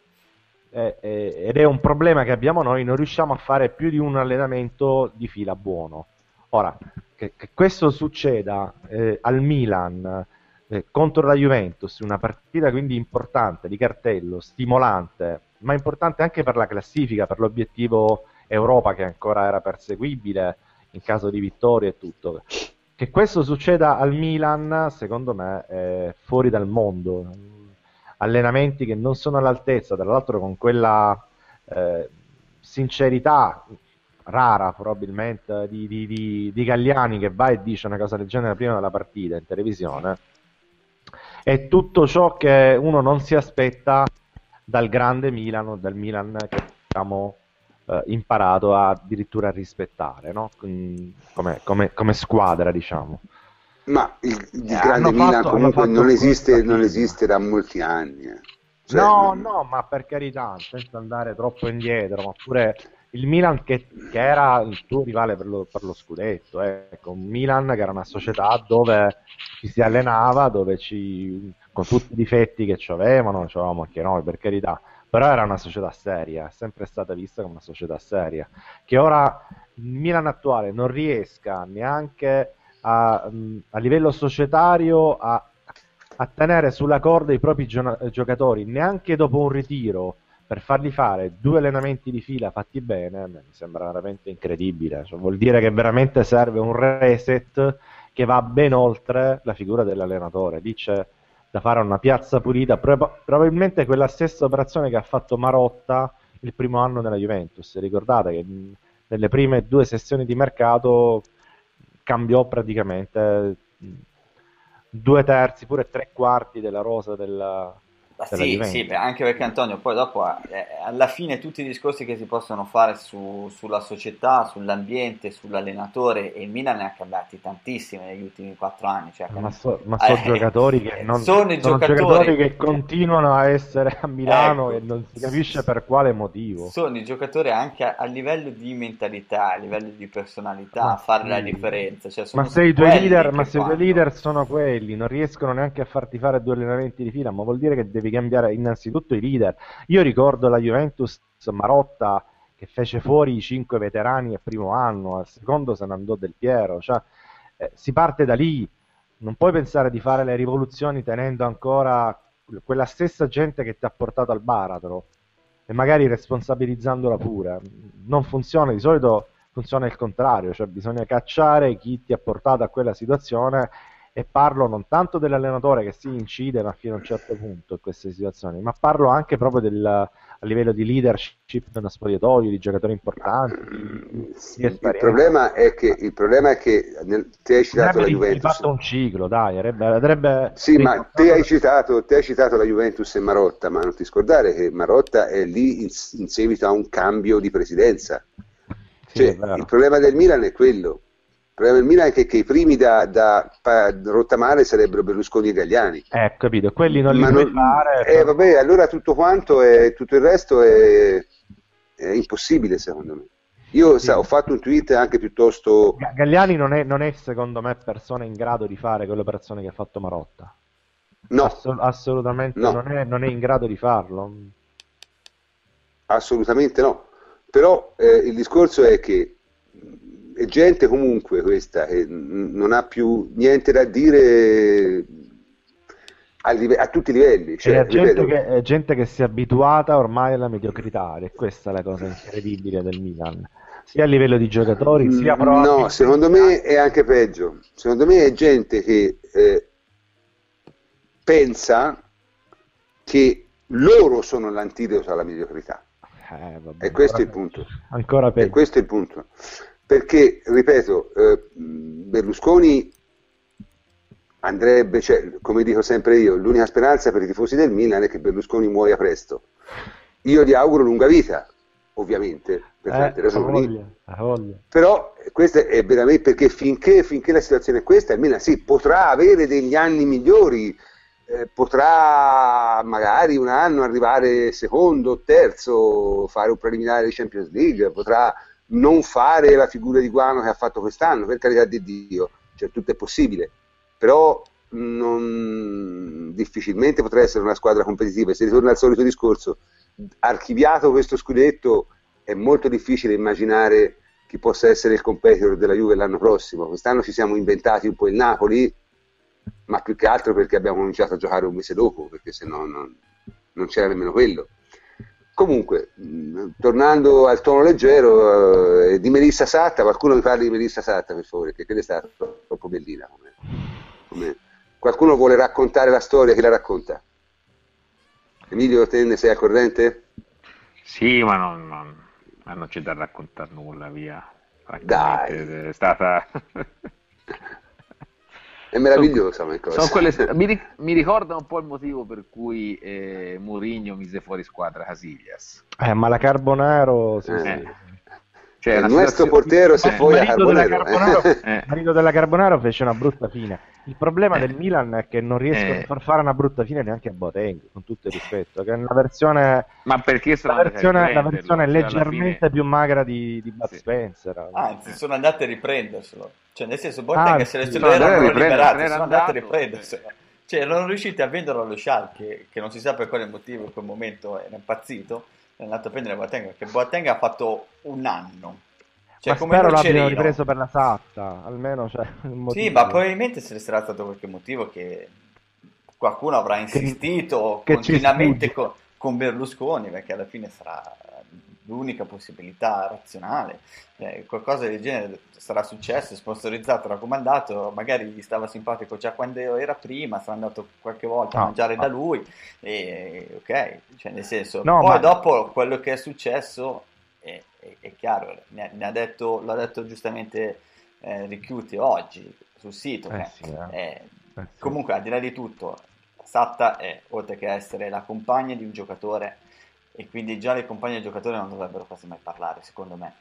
ed è un problema che abbiamo noi, non riusciamo a fare più di un allenamento di fila buono. Ora, che questo succeda al Milan contro la Juventus, una partita quindi importante, di cartello, stimolante, ma importante anche per la classifica, per l'obiettivo Europa che ancora era perseguibile in caso di vittoria e tutto. Che questo succeda al Milan, secondo me, è fuori dal mondo. Allenamenti che non sono all'altezza, tra l'altro con quella sincerità rara probabilmente di Galliani, che va e dice una cosa del genere prima della partita in televisione. È tutto ciò che uno non si aspetta dal grande Milan, dal Milan che abbiamo imparato addirittura a rispettare, no? Come squadra, diciamo. Ma il grande Milan comunque non esiste da molti anni. Cioè, no, ma per carità, senza andare troppo indietro, ma pure il Milan che era il tuo rivale per lo scudetto, ecco, un Milan che era una società dove ci si allenava, con tutti i difetti che ci avevano anche noi, per carità, però era una società seria, è sempre stata vista come una società seria, che ora il Milan attuale non riesca neanche a livello societario a tenere sulla corda i propri giocatori, neanche dopo un ritiro, per fargli fare 2 allenamenti di fila fatti bene, mi sembra veramente incredibile. Cioè, vuol dire che veramente serve un reset che va ben oltre la figura dell'allenatore. Lì c'è da fare una piazza pulita, probabilmente quella stessa operazione che ha fatto Marotta il primo anno nella Juventus. Ricordate che nelle prime 2 sessioni di mercato cambiò praticamente 2/3, pure 3/4 della rosa della Sì, anche perché Antonio, poi dopo alla fine tutti i discorsi che si possono fare sulla società, sull'ambiente, sull'allenatore, e il Milan ne ha cambiati tantissimi negli ultimi 4 anni. Cioè, sono giocatori che sono i giocatori che continuano a essere a Milano, ecco, e non si capisce per quale motivo. Sono i giocatori anche a livello di mentalità, a livello di personalità, a fare la differenza. Cioè, ma se i tuoi leader sono quelli, non riescono neanche a farti fare 2 allenamenti di fila, ma vuol dire che devi cambiare innanzitutto i leader. Io ricordo la Juventus Marotta che fece fuori i 5 veterani al primo anno, al secondo se ne andò Del Piero. Cioè, si parte da lì, non puoi pensare di fare le rivoluzioni tenendo ancora quella stessa gente che ti ha portato al baratro e magari responsabilizzandola pure. Non funziona, di solito funziona il contrario, cioè bisogna cacciare chi ti ha portato a quella situazione. E parlo non tanto dell'allenatore, che si incide ma fino a un certo punto in queste situazioni, ma parlo anche proprio a livello di leadership nello spogliatoio, di giocatori importanti, di il problema è che te hai citato la Juventus. Hai fatto un ciclo, dai, sì, ma te hai citato la Juventus e Marotta, ma non ti scordare che Marotta è lì in seguito a un cambio di presidenza. Cioè, il problema del Milan è quello. Il problema del Milan è che i primi da rottamare sarebbero Berlusconi e Galliani. Capito, quelli non li puoi fare. Vabbè, allora tutto il resto è impossibile, secondo me. Io ho fatto un tweet anche piuttosto... Galliani non è secondo me persona in grado di fare quell'operazione che ha fatto Marotta. No. Assolutamente no. Non è in grado di farlo. Assolutamente no. Però il discorso è che è gente comunque questa che non ha più niente da dire a tutti i livelli. Cioè, è gente che si è abituata ormai alla mediocrità, e questa è la cosa incredibile del Milan, sia a livello di giocatori sia No, secondo me è anche peggio. Secondo me è gente che pensa che loro sono l'antidoto alla mediocrità. Vabbè, e questo è il punto. Ancora peggio. E questo è il punto. Perché, ripeto, Berlusconi andrebbe, cioè, come dico sempre io, l'unica speranza per i tifosi del Milan è che Berlusconi muoia presto. Io gli auguro lunga vita, ovviamente, per tante ragioni. Voglia. Però questo è veramente perché finché la situazione è questa, il Milan sì, potrà avere degli anni migliori, potrà magari un anno arrivare secondo, terzo, fare un preliminare di Champions League, potrà non fare la figura di guano che ha fatto quest'anno, per carità di Dio, cioè tutto è possibile, però difficilmente potrà essere una squadra competitiva. E se ritorna al solito discorso, archiviato questo scudetto, è molto difficile immaginare chi possa essere il competitor della Juve l'anno prossimo. Quest'anno ci siamo inventati un po' il Napoli, ma più che altro perché abbiamo cominciato a giocare un mese dopo, perché se no non c'era nemmeno quello. Comunque, tornando al tono leggero, di Melissa Satta, qualcuno mi parli di Melissa Satta, per favore, che è stata troppo bellina. Qualcuno vuole raccontare la storia? Chi la racconta? Emilio, te ne sei al corrente? Sì, ma non c'è da raccontare nulla, via. Dai. È stata... È meravigliosa, mi ricorda un po' il motivo per cui Mourinho mise fuori squadra Casillas. Ma la Carbonero, sì. Cioè, il una nuestro situazione... portero se Il poi a marito della Carbonero. Carbonaro, il marito della Carbonaro fece una brutta fine. Il problema del Milan è che non riescono a far fare una brutta fine neanche a Boateng, con tutto il rispetto, che è una versione, Ma perché sono la andati a versione, la riprenderlo? versione Cioè, alla leggermente fine... più magra di Bud Sì. Spencer. Anzi, sono andati a riprenderselo. Cioè, nel senso, Ah, Boateng e sì. selezionatore No, erano riprendere, liberati, se n'era sono andati a andato. riprenderselo. Cioè, erano riusciti a venderlo allo Schalke, che non si sa per quale motivo in quel momento era impazzito, è andato a prendere Boateng, perché Boateng ha fatto un anno. Cioè, Ma come spero l'abbiano Nocerino. ripreso per la satta, almeno c'è un motivo. Sì, ma probabilmente se ne sarà stato qualche motivo che qualcuno avrà insistito che ci continuamente sfugge. con Berlusconi, perché alla fine sarà l'unica possibilità razionale. Qualcosa del genere sarà successo, sponsorizzato, raccomandato, magari gli stava simpatico già quando era prima, sarà andato qualche volta a No, mangiare no. da lui, e ok, cioè nel senso, No, poi ma dopo quello che è successo è chiaro, l'ha detto giustamente Richiuti oggi sul sito, che sì. Sì. comunque al di là di tutto, Satta è, oltre che essere la compagna di un giocatore, e quindi già le compagne del giocatore non dovrebbero quasi mai parlare, secondo me.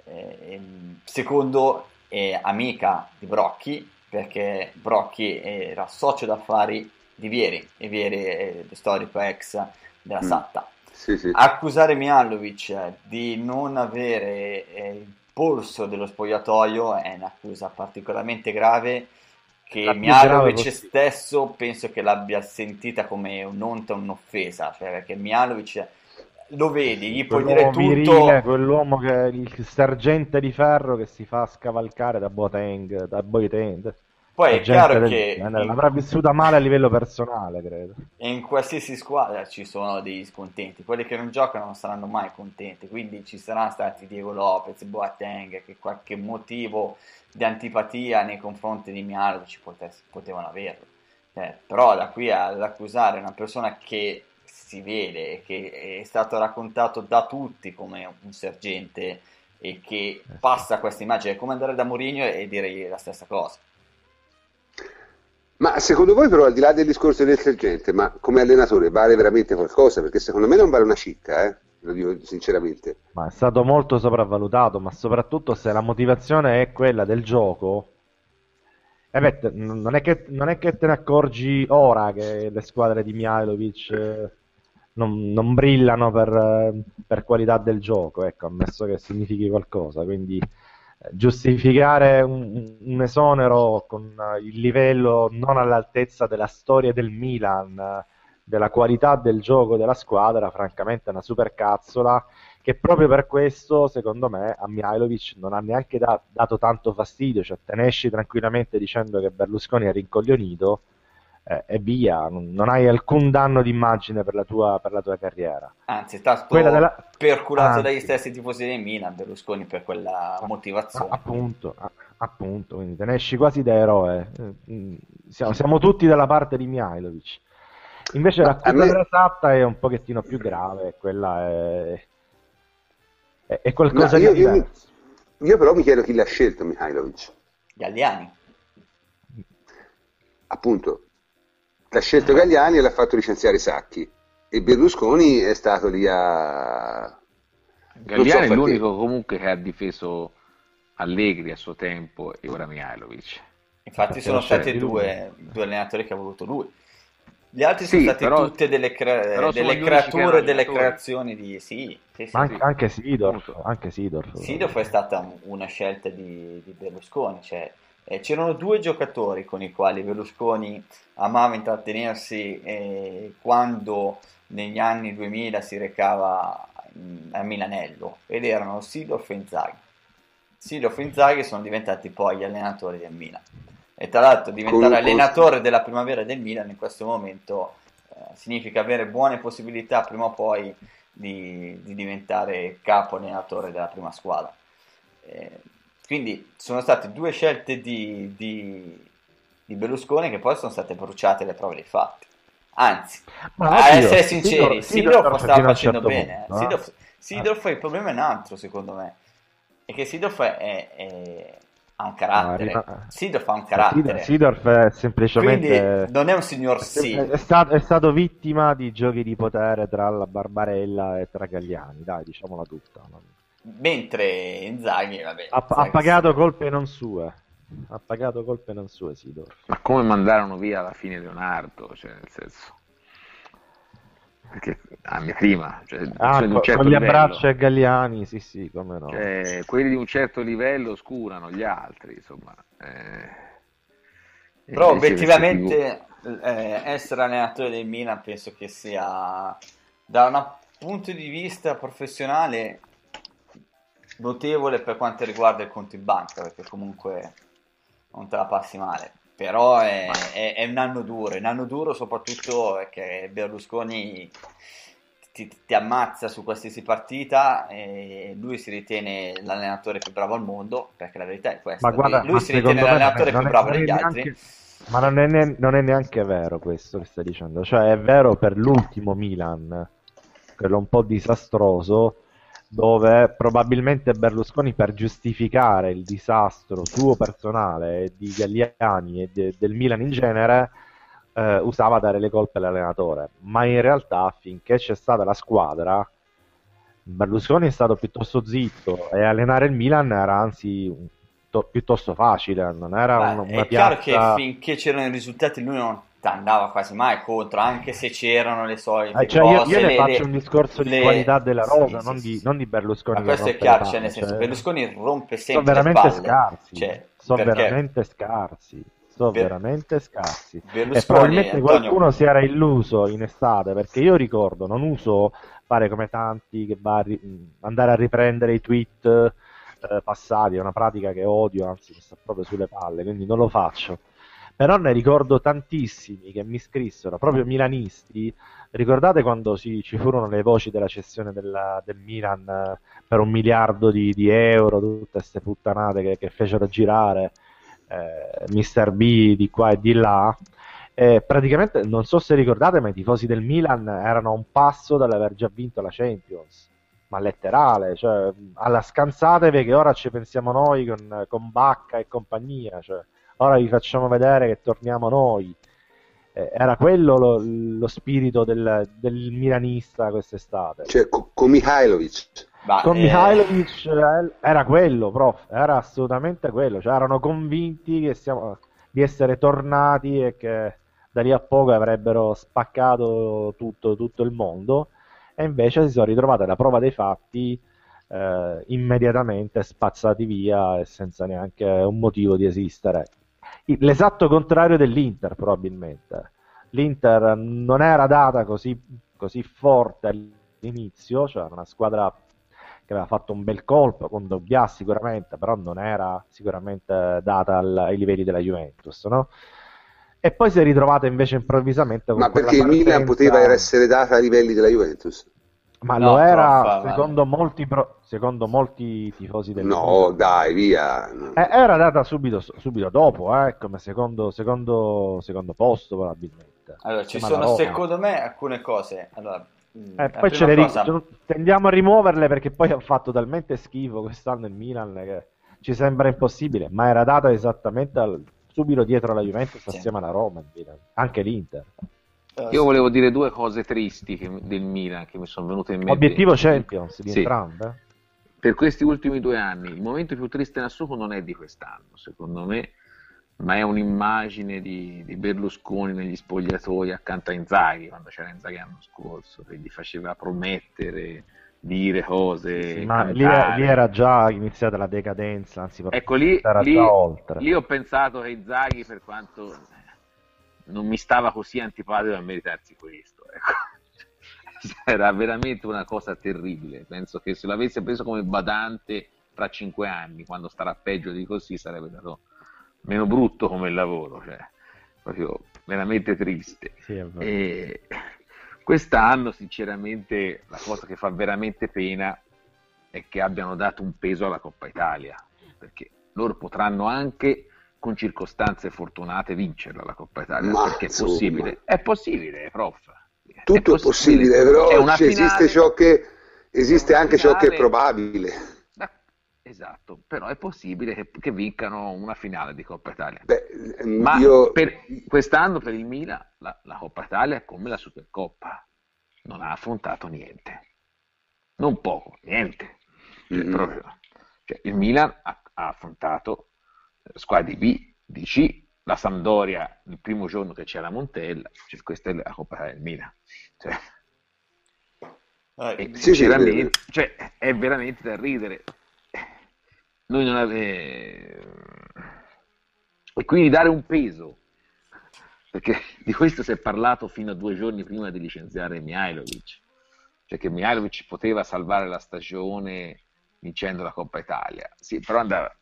Secondo, è amica di Brocchi, perché Brocchi era socio d'affari di Vieri, e Vieri è lo storico ex della Satta. Sì, sì. Accusare Mihajlovic di non avere il polso dello spogliatoio è un'accusa particolarmente grave, che La più grave Mihajlovic possibile. stesso penso che l'abbia sentita come un'onta, un'offesa, cioè perché Mihajlovic lo vedi, gli puoi dire Quell'uomo virile, tutto. quell'uomo che il sergente di ferro che si fa scavalcare da Boateng, da Boateng, Poi la è gente chiaro del che genere l'avrà vissuta male a livello personale, credo. in qualsiasi squadra ci sono degli scontenti, quelli che non giocano non saranno mai contenti, quindi ci saranno stati Diego Lopez, Boateng, che qualche motivo di antipatia nei confronti di Mihajlovic potevano averlo. Però da qui ad accusare una persona che si vede e che è stato raccontato da tutti come un sergente, e che passa questa immagine, è come andare da Mourinho e dire la stessa cosa. Ma secondo voi però, al di là del discorso del sergente, ma come allenatore vale veramente qualcosa? Perché secondo me non vale una cicca, lo dico sinceramente. Ma è stato molto sopravvalutato, ma soprattutto se la motivazione è quella del gioco, non è che te ne accorgi ora che le squadre di Mihajlovic non brillano per qualità del gioco, ecco, ammesso che significhi qualcosa, quindi giustificare un esonero con il livello non all'altezza della storia del Milan, della qualità del gioco della squadra, francamente è una supercazzola che proprio per questo, secondo me, a Mihajlovic non ha neanche dato tanto fastidio, cioè te ne esci tranquillamente dicendo che Berlusconi è rincoglionito e via, non hai alcun danno d'immagine per la tua carriera. Anzi, è stato perculato dagli stessi tifosi del Milan, Berlusconi, per quella motivazione. Appunto, quindi te ne esci quasi da eroe. Siamo tutti dalla parte di Mihajlovic. Invece l'accusa della Satta è un pochettino più grave, quella è qualcosa di diverso. Io però mi chiedo chi l'ha scelto Mihajlovic. Galliani. Appunto, l'ha scelto Galliani e l'ha fatto licenziare Sacchi. E Berlusconi è stato lì a... Galliani è l'unico comunque che ha difeso Allegri a suo tempo e ora Mihajlovic. Infatti sono stati due allenatori che ha voluto lui. Gli altri sono stati tutte delle creature, delle creazioni di... Sì. Anche Seedorf. Seedorf è stata una scelta di Berlusconi, cioè c'erano due giocatori con i quali Berlusconi amava intrattenersi quando negli anni 2000 si recava a Milanello, ed erano Seedorf e Inzaghi. Seedorf e Inzaghi sono diventati poi gli allenatori del Milan, e tra l'altro diventare allenatore della primavera del Milan in questo momento significa avere buone possibilità prima o poi di diventare capo allenatore della prima squadra. Quindi sono state due scelte di Berlusconi che poi sono state bruciate le prove dei fatti. Anzi, a essere sinceri, Seedorf stava facendo bene. Seedorf, il problema è un altro, secondo me, è che Seedorf ha un carattere. Seedorf ha un carattere. Seedorf è semplicemente... Quindi non è un signor sì. È stato vittima di giochi di potere tra la Barbarella e tra Galliani, dai, diciamola tutta. mentre Inzaghi, vabbè, Ha sai che pagato colpe non sue. Ha pagato colpe non sue, Sidor. Ma come mandarono via alla fine Leonardo, cioè nel senso, perché anni prima, cioè persone di un Con certo gli livello, abbracci a Galliani, sì, sì, come no. cioè quelli di un certo livello oscurano gli altri, insomma. E però invece queste figure. obiettivamente essere allenatore del Milan penso che sia da un punto di vista professionale notevole per quanto riguarda il conto in banca, perché comunque non te la passi male. Però è un anno duro soprattutto perché Berlusconi ti ammazza su qualsiasi partita e lui si ritiene l'allenatore più bravo al mondo, perché la verità è questa. Ma guarda, Lui ma si ritiene secondo me l'allenatore più bravo degli altri. neanche, ma non è neanche vero questo che stai dicendo. Cioè, è vero per l'ultimo Milan, quello un po' disastroso, dove probabilmente Berlusconi, per giustificare il disastro suo personale e di Galliani e del Milan in genere, usava dare le colpe all'allenatore. Ma in realtà, finché c'è stata la squadra, Berlusconi è stato piuttosto zitto e allenare il Milan era anzi piuttosto facile, non era Beh, una è chiaro che piazza. finché c'erano i risultati lui non andava quasi mai contro, anche se c'erano le solite Cioè io cose, ne faccio un discorso di qualità della sì, rosa, sì, non sì, di, sì. non di Ma Berlusconi che questo è rompe le chiaro, cioè nel palle. senso Cioè, Berlusconi rompe sono sempre le veramente palle, scarsi, cioè sono perché veramente scarsi, sono Ber- veramente scarsi. E Berlusconi, probabilmente Antonio, qualcuno si era illuso in estate, perché io ricordo, non uso fare come tanti che andare a riprendere i tweet passati, è una pratica che odio, anzi mi sta proprio sulle palle, quindi non lo faccio. Però ne ricordo tantissimi che mi scrissero, proprio milanisti. Ricordate quando ci furono le voci della cessione del Milan per 1 miliardo di euro, tutte queste puttanate che fecero girare Mr. B di qua e di là? Praticamente, non so se ricordate, ma i tifosi del Milan erano a un passo dall'aver già vinto la Champions, ma letterale, cioè alla scansatevi che ora ci pensiamo noi con Bacca e compagnia, cioè ora vi facciamo vedere che torniamo noi. Era quello lo spirito del milanista quest'estate. Cioè, con Mihailovic. ma, Con Mihailovic era quello, prof, era assolutamente quello, cioè erano convinti di essere tornati e che da lì a poco avrebbero spaccato tutto il mondo, e invece si sono ritrovati alla prova dei fatti immediatamente spazzati via e senza neanche un motivo di esistere. L'esatto contrario dell'Inter, probabilmente. L'Inter non era data così forte all'inizio, cioè era una squadra che aveva fatto un bel colpo con Dobbia sicuramente, però non era sicuramente data ai livelli della Juventus, no? E poi si è ritrovata invece improvvisamente con Ma quella perché il Milan poteva partenza. essere data a livelli della Juventus? Ma lo no, prof, era secondo molti tifosi del No, Milan. dai, via. Era data subito dopo, come secondo posto probabilmente, allora ci insieme alla sono Roma. secondo me alcune cose. Allora, la Poi prima cosa, tendiamo a rimuoverle perché poi ha fatto talmente schifo quest'anno il Milan che ci sembra impossibile, ma era data esattamente subito dietro alla Juventus sì. assieme alla Roma, il Milan. Anche l'Inter. Io volevo dire due cose tristi del Milan che mi sono venute in mente. Obiettivo Champions di Sì. entrambe. Per questi ultimi 2 anni, il momento più triste in assoluto non è di quest'anno, secondo me, ma è un'immagine di Berlusconi negli spogliatoi accanto a Inzaghi, quando c'era Inzaghi l'anno scorso, che gli faceva promettere, dire cose, Sì, ma lì cantare. era già iniziata la decadenza, anzi Ecco, era già oltre. lì ho pensato che Inzaghi, per quanto non mi stava così antipatico da meritarsi questo, ecco. Era veramente una cosa terribile. Penso che se l'avesse preso come badante fra 5 anni, quando starà peggio di così, sarebbe stato meno brutto come lavoro, cioè proprio veramente triste. Sì, è vero. E quest'anno, sinceramente, la cosa che fa veramente pena è che abbiano dato un peso alla Coppa Italia, perché loro potranno anche con circostanze fortunate vincerla la Coppa Italia, Ma, perché insomma, è possibile, prof. tutto è possibile, però È una esiste anche ciò che è probabile. Esatto, però è possibile che vincano una finale di Coppa Italia. Beh, Ma per quest'anno per il Milan la Coppa Italia è come la Supercoppa, non ha affrontato niente, non poco, niente. Proprio, il Milan ha affrontato squadre di B, di C, la Sampdoria il primo giorno che c'era Montella, questa è la Coppa del Milan. Sinceramente, è veramente da ridere. Noi non e quindi dare un peso, perché di questo si è parlato fino a 2 giorni prima di licenziare Mihajlovic, cioè che Mihajlovic poteva salvare la stagione vincendo la Coppa Italia. Sì, però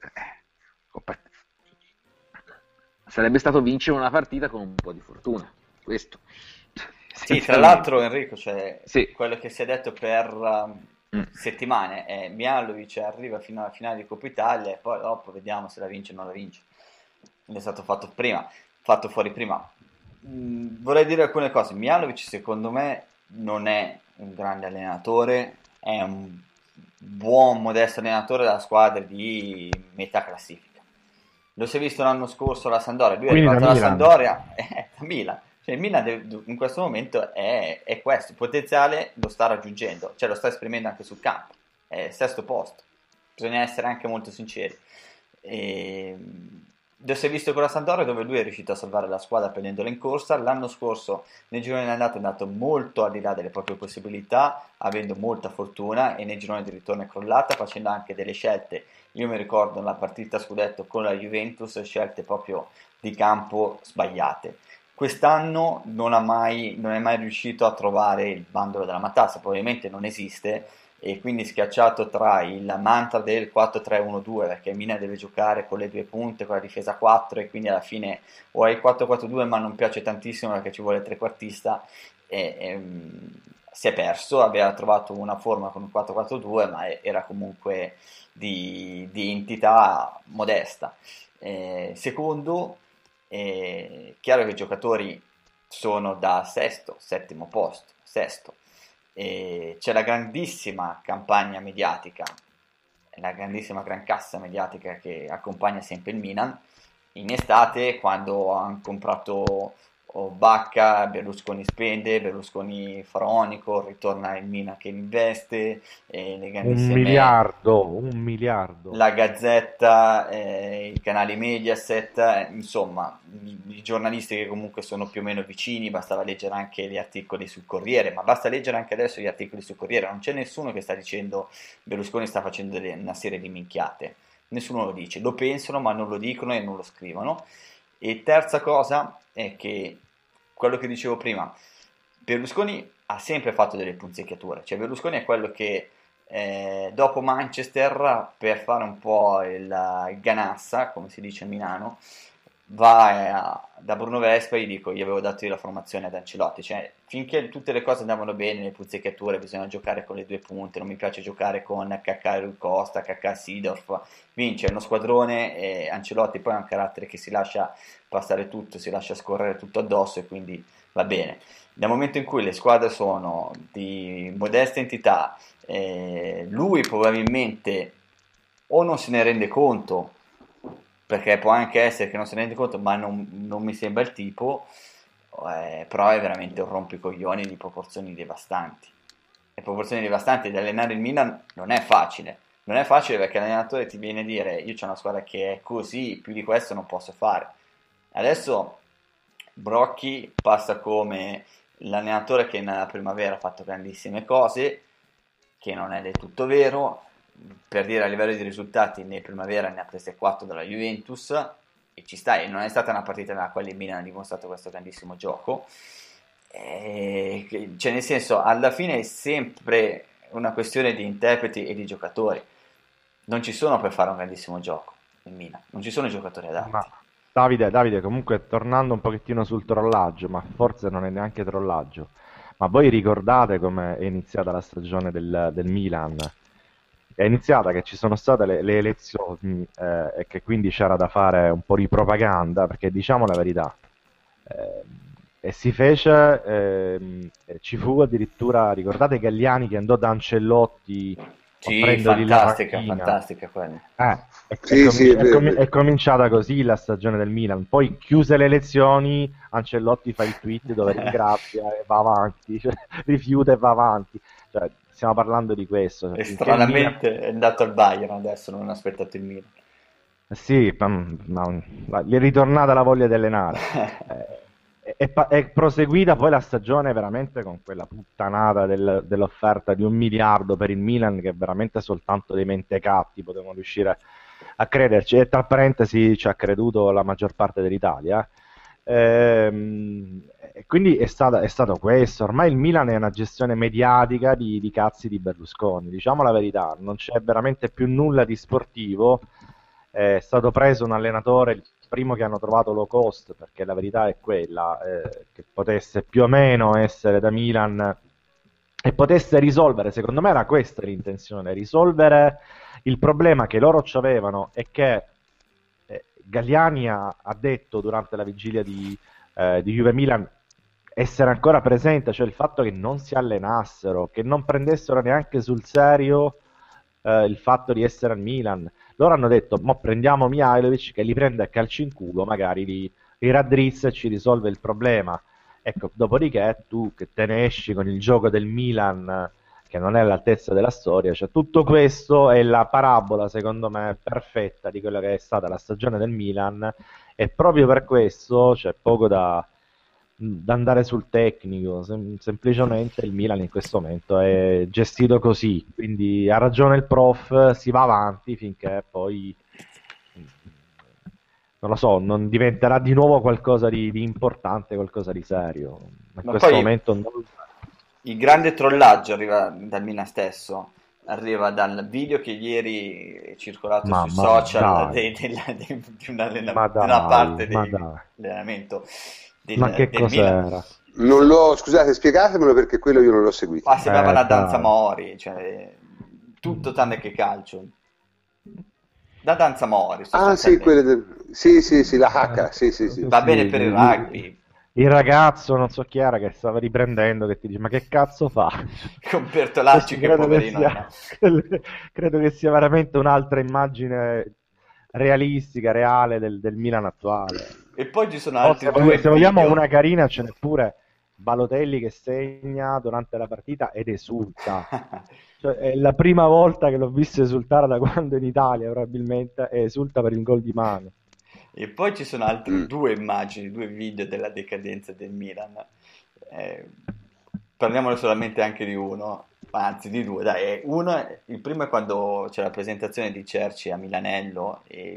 sarebbe stato vincere una partita con un po' di fortuna, questo. Sì, tra l'altro Enrico, quello che si è detto per settimane è Mihajlovic arriva fino alla finale di Coppa Italia e poi dopo vediamo se la vince o non la vince. È stato fatto fuori prima. Vorrei dire alcune cose. Mihajlovic secondo me non è un grande allenatore, è un buon modesto allenatore della squadra di metà classifica. Lo si è visto l'anno scorso alla Sampdoria, lui è arrivato alla Sampdoria da Milan. Cioè, il Milan in questo momento è questo, il potenziale lo sta raggiungendo, cioè lo sta esprimendo anche sul campo, è 6º posto, bisogna essere anche molto sinceri. Lo si è visto con la Sampdoria, dove lui è riuscito a salvare la squadra prendendola in corsa. L'anno scorso nei gironi di andata è andato molto al di là delle proprie possibilità, avendo molta fortuna, e nei gironi di ritorno è crollata, facendo anche delle scelte. Io mi ricordo la partita scudetto con la Juventus, scelte proprio di campo sbagliate. Quest'anno non è mai riuscito a trovare il bandolo della matassa, probabilmente non esiste, e quindi schiacciato tra il mantra del 4-3-1-2, perché Mina deve giocare con le 2 punte, con la difesa 4, e quindi alla fine o hai il 4-4-2 ma non piace tantissimo perché ci vuole il trequartista, si è perso. Aveva trovato una forma con il 4-4-2 ma era comunque di entità modesta. Secondo, chiaro che i giocatori sono da 6º, 7º posto, 6º. C'è la grandissima campagna mediatica, la grandissima gran cassa mediatica che accompagna sempre il Milan. In estate, quando hanno comprato Bacca, Berlusconi spende, Berlusconi faraonico, ritorna il Milan che investe, le grandissime, un miliardo, la Gazzetta, i canali Mediaset, insomma i giornalisti che comunque sono più o meno vicini. Bastava leggere anche gli articoli sul Corriere, ma basta leggere anche adesso gli articoli sul Corriere, non c'è nessuno che sta dicendo Berlusconi sta facendo una serie di minchiate, nessuno lo dice, lo pensano ma non lo dicono e non lo scrivono. E terza cosa è che quello che dicevo prima, Berlusconi ha sempre fatto delle punzecchiature, cioè Berlusconi è quello che dopo Manchester, per fare un po' il ganassa, come si dice a Milano, va da Bruno Vespa e gli dico: io avevo dato io la formazione ad Ancelotti, cioè finché tutte le cose andavano bene, le punzecchiature, bisogna giocare con le 2 punte, non mi piace giocare con Kaká e Rui Costa, Kaká Seedorf, vince uno squadrone, e Ancelotti poi ha un carattere che si lascia passare tutto, si lascia scorrere tutto addosso, e quindi va bene. Nel momento in cui le squadre sono di modesta entità, lui probabilmente o non se ne rende conto, perché può anche essere che non se ne rende conto, ma non mi sembra il tipo, però è veramente un rompicoglioni di proporzioni devastanti. E proporzioni devastanti, ed allenare il Milan non è facile perché l'allenatore ti viene a dire: io c'ho una squadra che è così, più di questo non posso fare. Adesso Brocchi passa come l'allenatore che nella primavera ha fatto grandissime cose, che non è del tutto vero. Per dire, a livello di risultati, in primavera ne ha prese 4 dalla Juventus, e ci sta, e non è stata una partita nella quale il Milan ha dimostrato questo grandissimo gioco, cioè nel senso, alla fine è sempre una questione di interpreti e di giocatori. Non ci sono per fare un grandissimo gioco il Milan, non ci sono giocatori adatti. Ma Davide, comunque, tornando un pochettino sul trollaggio, ma forse non è neanche trollaggio, ma voi ricordate come è iniziata la stagione del Milan? È iniziata che ci sono state le elezioni, e che quindi c'era da fare un po' di propaganda, perché diciamo la verità, e si fece, ci fu addirittura, ricordate Galliani che andò da Ancelotti Sì, offrendogli la panchina? fantastica quella. È cominciata così la stagione del Milan, poi chiuse le elezioni, Ancelotti fa il tweet dove ringrazia e va avanti, cioè, rifiuta e va avanti. Cioè, stiamo parlando di questo. E Finché il Milan... stranamente è andato al Bayern adesso, non ha aspettato il Milan. Sì, gli è ritornata la voglia di allenare. È proseguita poi la stagione veramente con quella puttanata dell'offerta di 1 miliardo per il Milan, che veramente soltanto dei mentecatti potevano riuscire a crederci. E tra parentesi ci ha creduto la maggior parte dell'Italia. E quindi è stato questo. Ormai il Milan è una gestione mediatica di cazzi di Berlusconi, diciamo la verità, non c'è veramente più nulla di sportivo. È stato preso un allenatore, il primo che hanno trovato low cost, perché la verità è quella, che potesse più o meno essere da Milan e potesse risolvere, secondo me era questa l'intenzione, risolvere il problema che loro avevano e che Galliani ha detto durante la vigilia di Juve Milan essere ancora presente, cioè il fatto che non si allenassero, che non prendessero neanche sul serio il fatto di essere al Milan. Loro hanno detto, mo prendiamo Mihajlovic che li prende a calci in culo, magari li raddrizza e ci risolve il problema. Ecco, dopodiché tu che te ne esci con il gioco del Milan che non è all'altezza della storia, cioè tutto questo è la parabola, secondo me, perfetta di quella che è stata la stagione del Milan, e proprio per questo c'è poco da andare sul tecnico, semplicemente il Milan in questo momento è gestito così, quindi ha ragione il prof, si va avanti finché poi non lo so, non diventerà di nuovo qualcosa di importante, qualcosa di serio. In Ma questo poi momento il grande trollaggio arriva dal Milan stesso, arriva dal video che ieri è circolato sui social di ma una parte dai, ma dai. dell'allenamento Ma che del Milan. cos'era? Non l'ho, scusate, spiegatemelo perché quello io non l'ho seguito. Ma sembrava una danza Dai. Mori, cioè tutto tranne che calcio. Da danza Mori, Ah, sì, sì, la haka, sì. Va bene per il rugby. Il ragazzo, non so chi era, che stava riprendendo, che ti dice, ma che cazzo fa? Con Bertolacci che poverino era. Credo che sia veramente un'altra immagine realistica, reale del Milan attuale. E poi ci sono altri Se vogliamo video. una carina, ce n'è pure Balotelli che segna durante la partita ed esulta. Cioè, è la prima volta che l'ho visto esultare da quando in Italia, probabilmente, e esulta per il gol di mano. E poi ci sono altre due immagini, due video della decadenza del Milan. Parliamone solamente anche di uno, anzi di due, dai. Il primo è quando c'è la presentazione di Cerci a Milanello e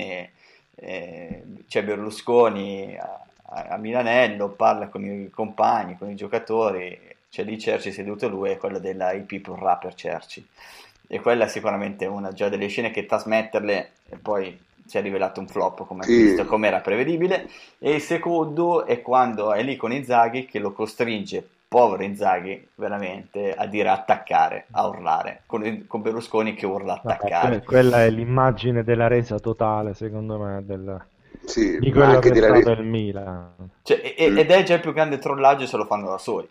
c'è Berlusconi a Milanello, parla con i compagni, con i giocatori, c'è lì Cerci seduto lui, e quella della I People Rapper Cerci. E quella sicuramente è una già delle scene che trasmetterle, e poi si è rivelato un flop, come visto, come era prevedibile. E il secondo è quando è lì con Inzaghi che lo costringe, povero Inzaghi, veramente a dire attaccare, a urlare, con Berlusconi che urla attaccare. Quella è l'immagine della resa totale, secondo me, di quello anche che è stato il Milan. Cioè, ed è già il più grande trollaggio se lo fanno da soli.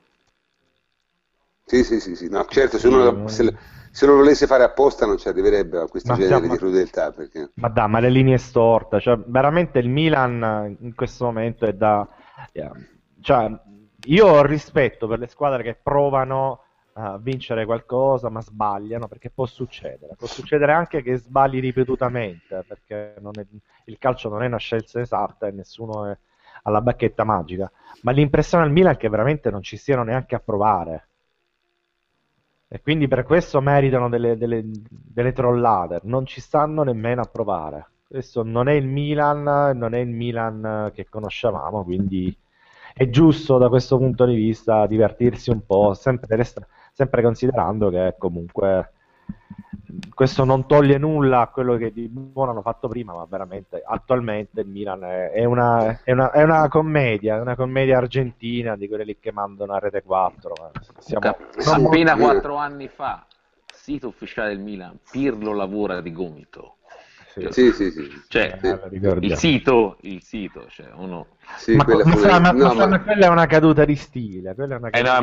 Sì, no, certo, se uno volesse fare apposta non ci arriverebbe a questo genere di crudeltà. Perché... Ma le linee storte, cioè veramente il Milan in questo momento è da... Cioè, io ho rispetto per le squadre che provano a vincere qualcosa ma sbagliano, perché può succedere anche che sbagli ripetutamente, perché il calcio non è una scelta esatta e nessuno è alla bacchetta magica, ma l'impressione al Milan è che veramente non ci siano neanche a provare. E quindi per questo meritano delle trollate, non ci stanno nemmeno a provare. Questo non è il Milan che conoscevamo, quindi è giusto da questo punto di vista divertirsi un po', sempre considerando che comunque questo non toglie nulla a quello che di buono hanno fatto prima, ma veramente attualmente il Milan è una commedia argentina di quelle lì che mandano a Rete 4. Appena 4 anni fa, sito ufficiale del Milan, Pirlo lavora di gomito. Sì. Cioè, il sito, cioè uno... Sì, quella è una caduta di stile. Quella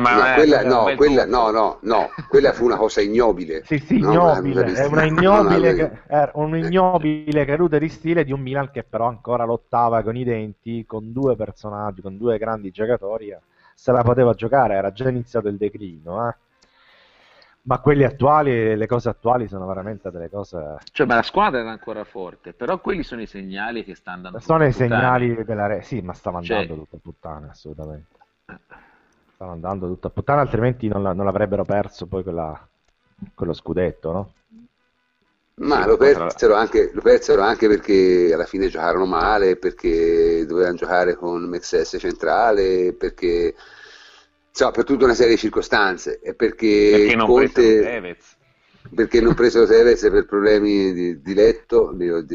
fu una cosa ignobile. Sì, ignobile. È una ignobile caduta di stile di un Milan che però ancora lottava con i denti, con due personaggi, con due grandi giocatori. Se la poteva giocare, era già iniziato il declino. Ma quelli attuali, le cose attuali sono veramente delle cose. Cioè, ma la squadra era ancora forte, però quelli sono i segnali che sta andando Sono tutto a i puttane. segnali della sì, ma stava andando Cioè, tutto a puttane, assolutamente. Stava andando tutto a puttane, altrimenti non l'avrebbero perso poi quello scudetto, no? sì, Ma ma poi tra lo persero anche perché alla fine giocarono male, perché dovevano giocare con Mexes centrale, perché insomma, per tutta una serie di circostanze e perché perché non presero Conte, Tevez. perché non presero Tevez per problemi di letto,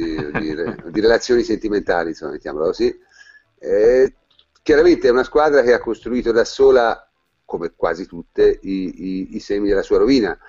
di relazioni sentimentali, insomma, mettiamola così. Eh, Chiaramente è una squadra che ha costruito da sola, come quasi tutte, i semi della sua rovina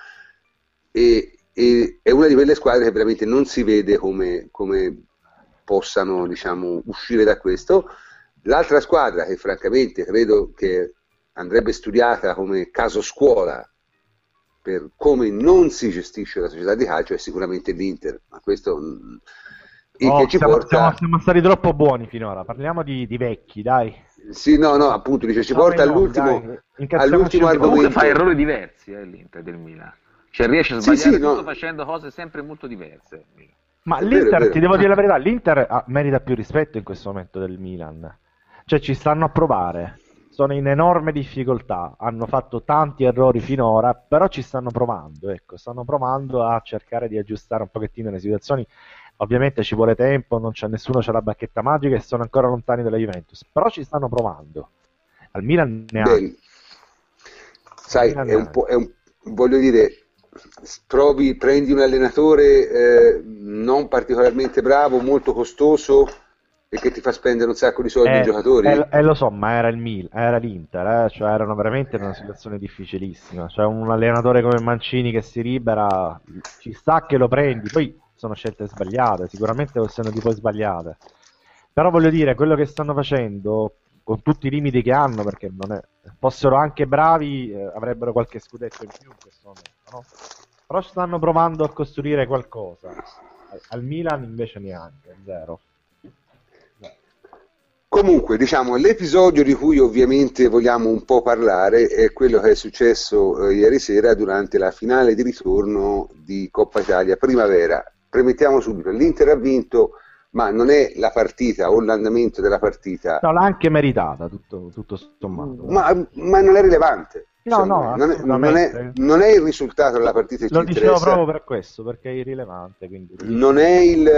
e è una di quelle squadre che veramente non si vede come possano, diciamo, uscire da questo. L'altra squadra che francamente credo che andrebbe studiata come caso scuola per come non si gestisce la società di calcio è sicuramente l'Inter, ma questo il Oh, che ci porta. siamo stati troppo buoni finora. Parliamo di vecchi, dai. Sì, no, no, appunto, dice, ci Facciamo i porta nomi, all'ultimo, dai. Incazziamoci all'ultimo un po'. Comunque fa argomento. errori diversi l'Inter del Milan. Cioè riesce a Sì, sì, sbagliare tutto no, facendo cose sempre molto diverse. Ma è vero, è l'Inter, ti vero. devo dire la verità, l'Inter merita più rispetto in questo momento del Milan. Cioè ci stanno a provare, sono in enorme difficoltà, hanno fatto tanti errori finora, però ci stanno provando, ecco, stanno provando a cercare di aggiustare un pochettino le situazioni. Ovviamente ci vuole tempo, non c'è nessuno c'ha la bacchetta magica e sono ancora lontani dalla Juventus, però ci stanno provando. Al Milan neanche. Beh, Al sai, Milan neanche. voglio dire, prendi un allenatore non particolarmente bravo, molto costoso e che ti fa spendere un sacco di soldi in giocatori. Lo so, ma era era l'Inter, cioè erano veramente in una situazione difficilissima. Cioè un allenatore come Mancini che si libera, ci sta che lo prendi, poi sono scelte sbagliate, sicuramente sono di poi sbagliate. Però voglio dire, quello che stanno facendo, con tutti i limiti che hanno, perché non è, fossero anche bravi, avrebbero qualche scudetto in più in questo momento, no? Però stanno provando a costruire qualcosa. Al Milan invece neanche, zero. Comunque, diciamo, l'episodio di cui ovviamente vogliamo un po' parlare è quello che è successo ieri sera durante la finale di ritorno di Coppa Italia Primavera. Premettiamo subito, l'Inter ha vinto, ma non è la partita o l'andamento della partita, No, l'ha anche meritata, tutto sommato. ma non è rilevante. No, Secondo no, me. assolutamente. Non è il risultato della partita che ci Lo dicevo interessa, proprio per questo, perché è irrilevante. Quindi. non è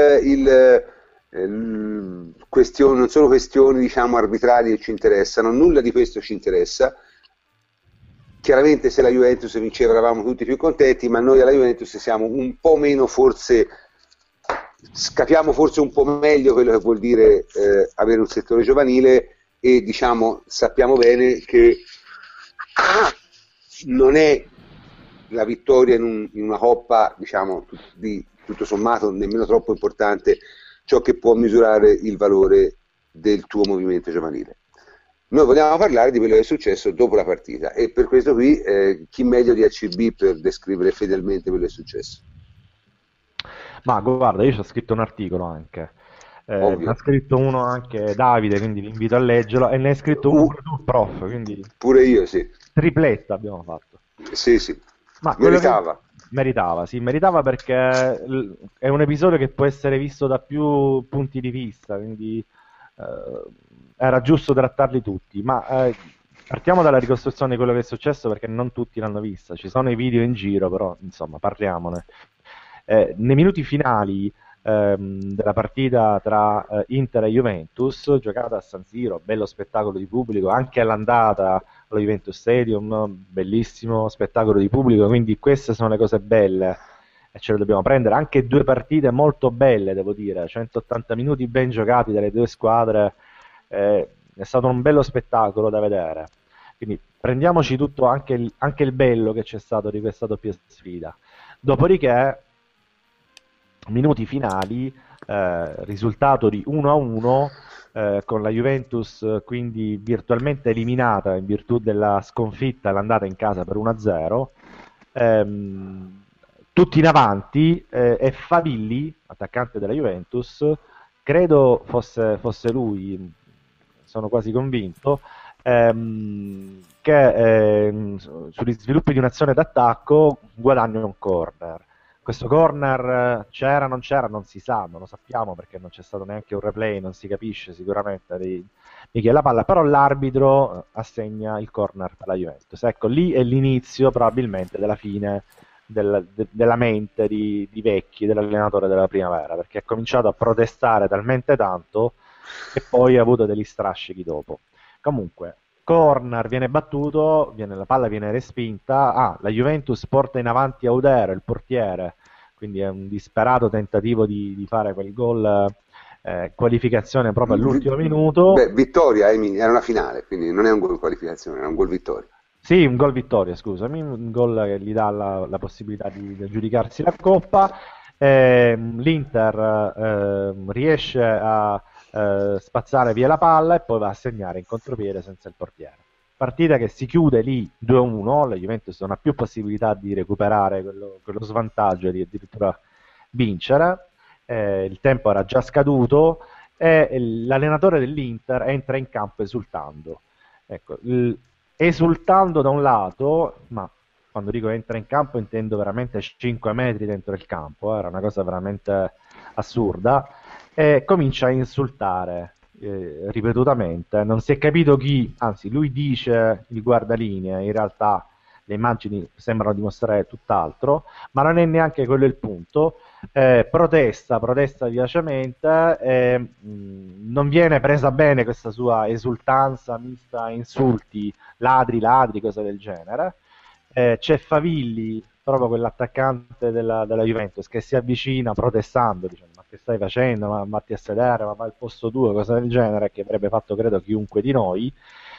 non sono questioni, diciamo, arbitrarie che ci interessano, nulla di questo ci interessa. Chiaramente se la Juventus vinceva eravamo tutti più contenti, ma noi alla Juventus siamo un po' meno, forse capiamo forse un po' meglio quello che vuol dire avere un settore giovanile e diciamo sappiamo bene che non è la vittoria in una coppa, diciamo, di tutto sommato nemmeno troppo importante ciò che può misurare il valore del tuo movimento giovanile. Noi vogliamo parlare di quello che è successo dopo la partita e per questo qui chi meglio di ACB per descrivere fedelmente quello che è successo? Ma guarda, io ci ho scritto un articolo anche. Ne ha Ovvio. scritto uno anche Davide, quindi vi invito a leggerlo, e ne hai scritto uno pure tu, prof, quindi Pure io, sì. tripletta abbiamo fatto. Sì, sì. Ma quello che Meritava. meritava, sì, meritava perché è un episodio che può essere visto da più punti di vista, quindi era giusto trattarli tutti, ma partiamo dalla ricostruzione di quello che è successo perché non tutti l'hanno vista, ci sono i video in giro, però insomma parliamone. Nei minuti finali della partita tra Inter e Juventus, giocata a San Siro, bello spettacolo di pubblico, anche all'andata allo Juventus Stadium, bellissimo spettacolo di pubblico, quindi queste sono le cose belle e ce le dobbiamo prendere, anche due partite molto belle devo dire, 180 minuti ben giocati dalle due squadre, è stato un bello spettacolo da vedere, quindi prendiamoci tutto anche il bello che c'è stato di questa doppia sfida. Dopodiché minuti finali, risultato di 1-1 con la Juventus quindi virtualmente eliminata in virtù della sconfitta all'andata in casa per 1-0, tutti in avanti e Favilli, attaccante della Juventus, credo fosse lui, sono quasi convinto, sugli sviluppi di un'azione d'attacco guadagna un corner. Questo corner c'era, non c'era, non si sa, non lo sappiamo perché non c'è stato neanche un replay, non si capisce sicuramente di chi è la palla, però l'arbitro assegna il corner per la Juventus. Ecco, lì è l'inizio probabilmente della fine della mente di Vecchi, dell'allenatore della Primavera, perché ha cominciato a protestare talmente tanto e poi ha avuto degli strascichi dopo. Comunque, corner viene battuto, la palla viene respinta, la Juventus porta in avanti Audero, il portiere, quindi è un disperato tentativo di fare quel gol, qualificazione proprio all'ultimo minuto. Beh, vittoria, era una finale, quindi non è un gol qualificazione, è un gol vittoria. Sì, un gol vittoria, scusami, un gol che gli dà la possibilità di aggiudicarsi la Coppa. L'Inter riesce a spazzare via la palla e poi va a segnare in contropiede senza il portiere. Partita che si chiude lì 2-1, la Juventus non ha più possibilità di recuperare quello svantaggio e di addirittura vincere. Il tempo era già scaduto e l'allenatore dell'Inter entra in campo esultando. Ecco, esultando da un lato, ma quando dico entra in campo intendo veramente 5 metri dentro il campo, era una cosa veramente assurda, e comincia a insultare ripetutamente, non si è capito chi, anzi lui dice il guardalinee, in realtà le immagini sembrano dimostrare tutt'altro, ma non è neanche quello il punto. Protesta vivacemente, non viene presa bene questa sua esultanza mista a insulti, ladri, cose del genere. C'è Favilli, proprio quell'attaccante della Juventus, che si avvicina protestando, dicendo: ma che stai facendo? Ma vatti a sedere, ma vai al posto tuo, cose del genere, che avrebbe fatto credo chiunque di noi.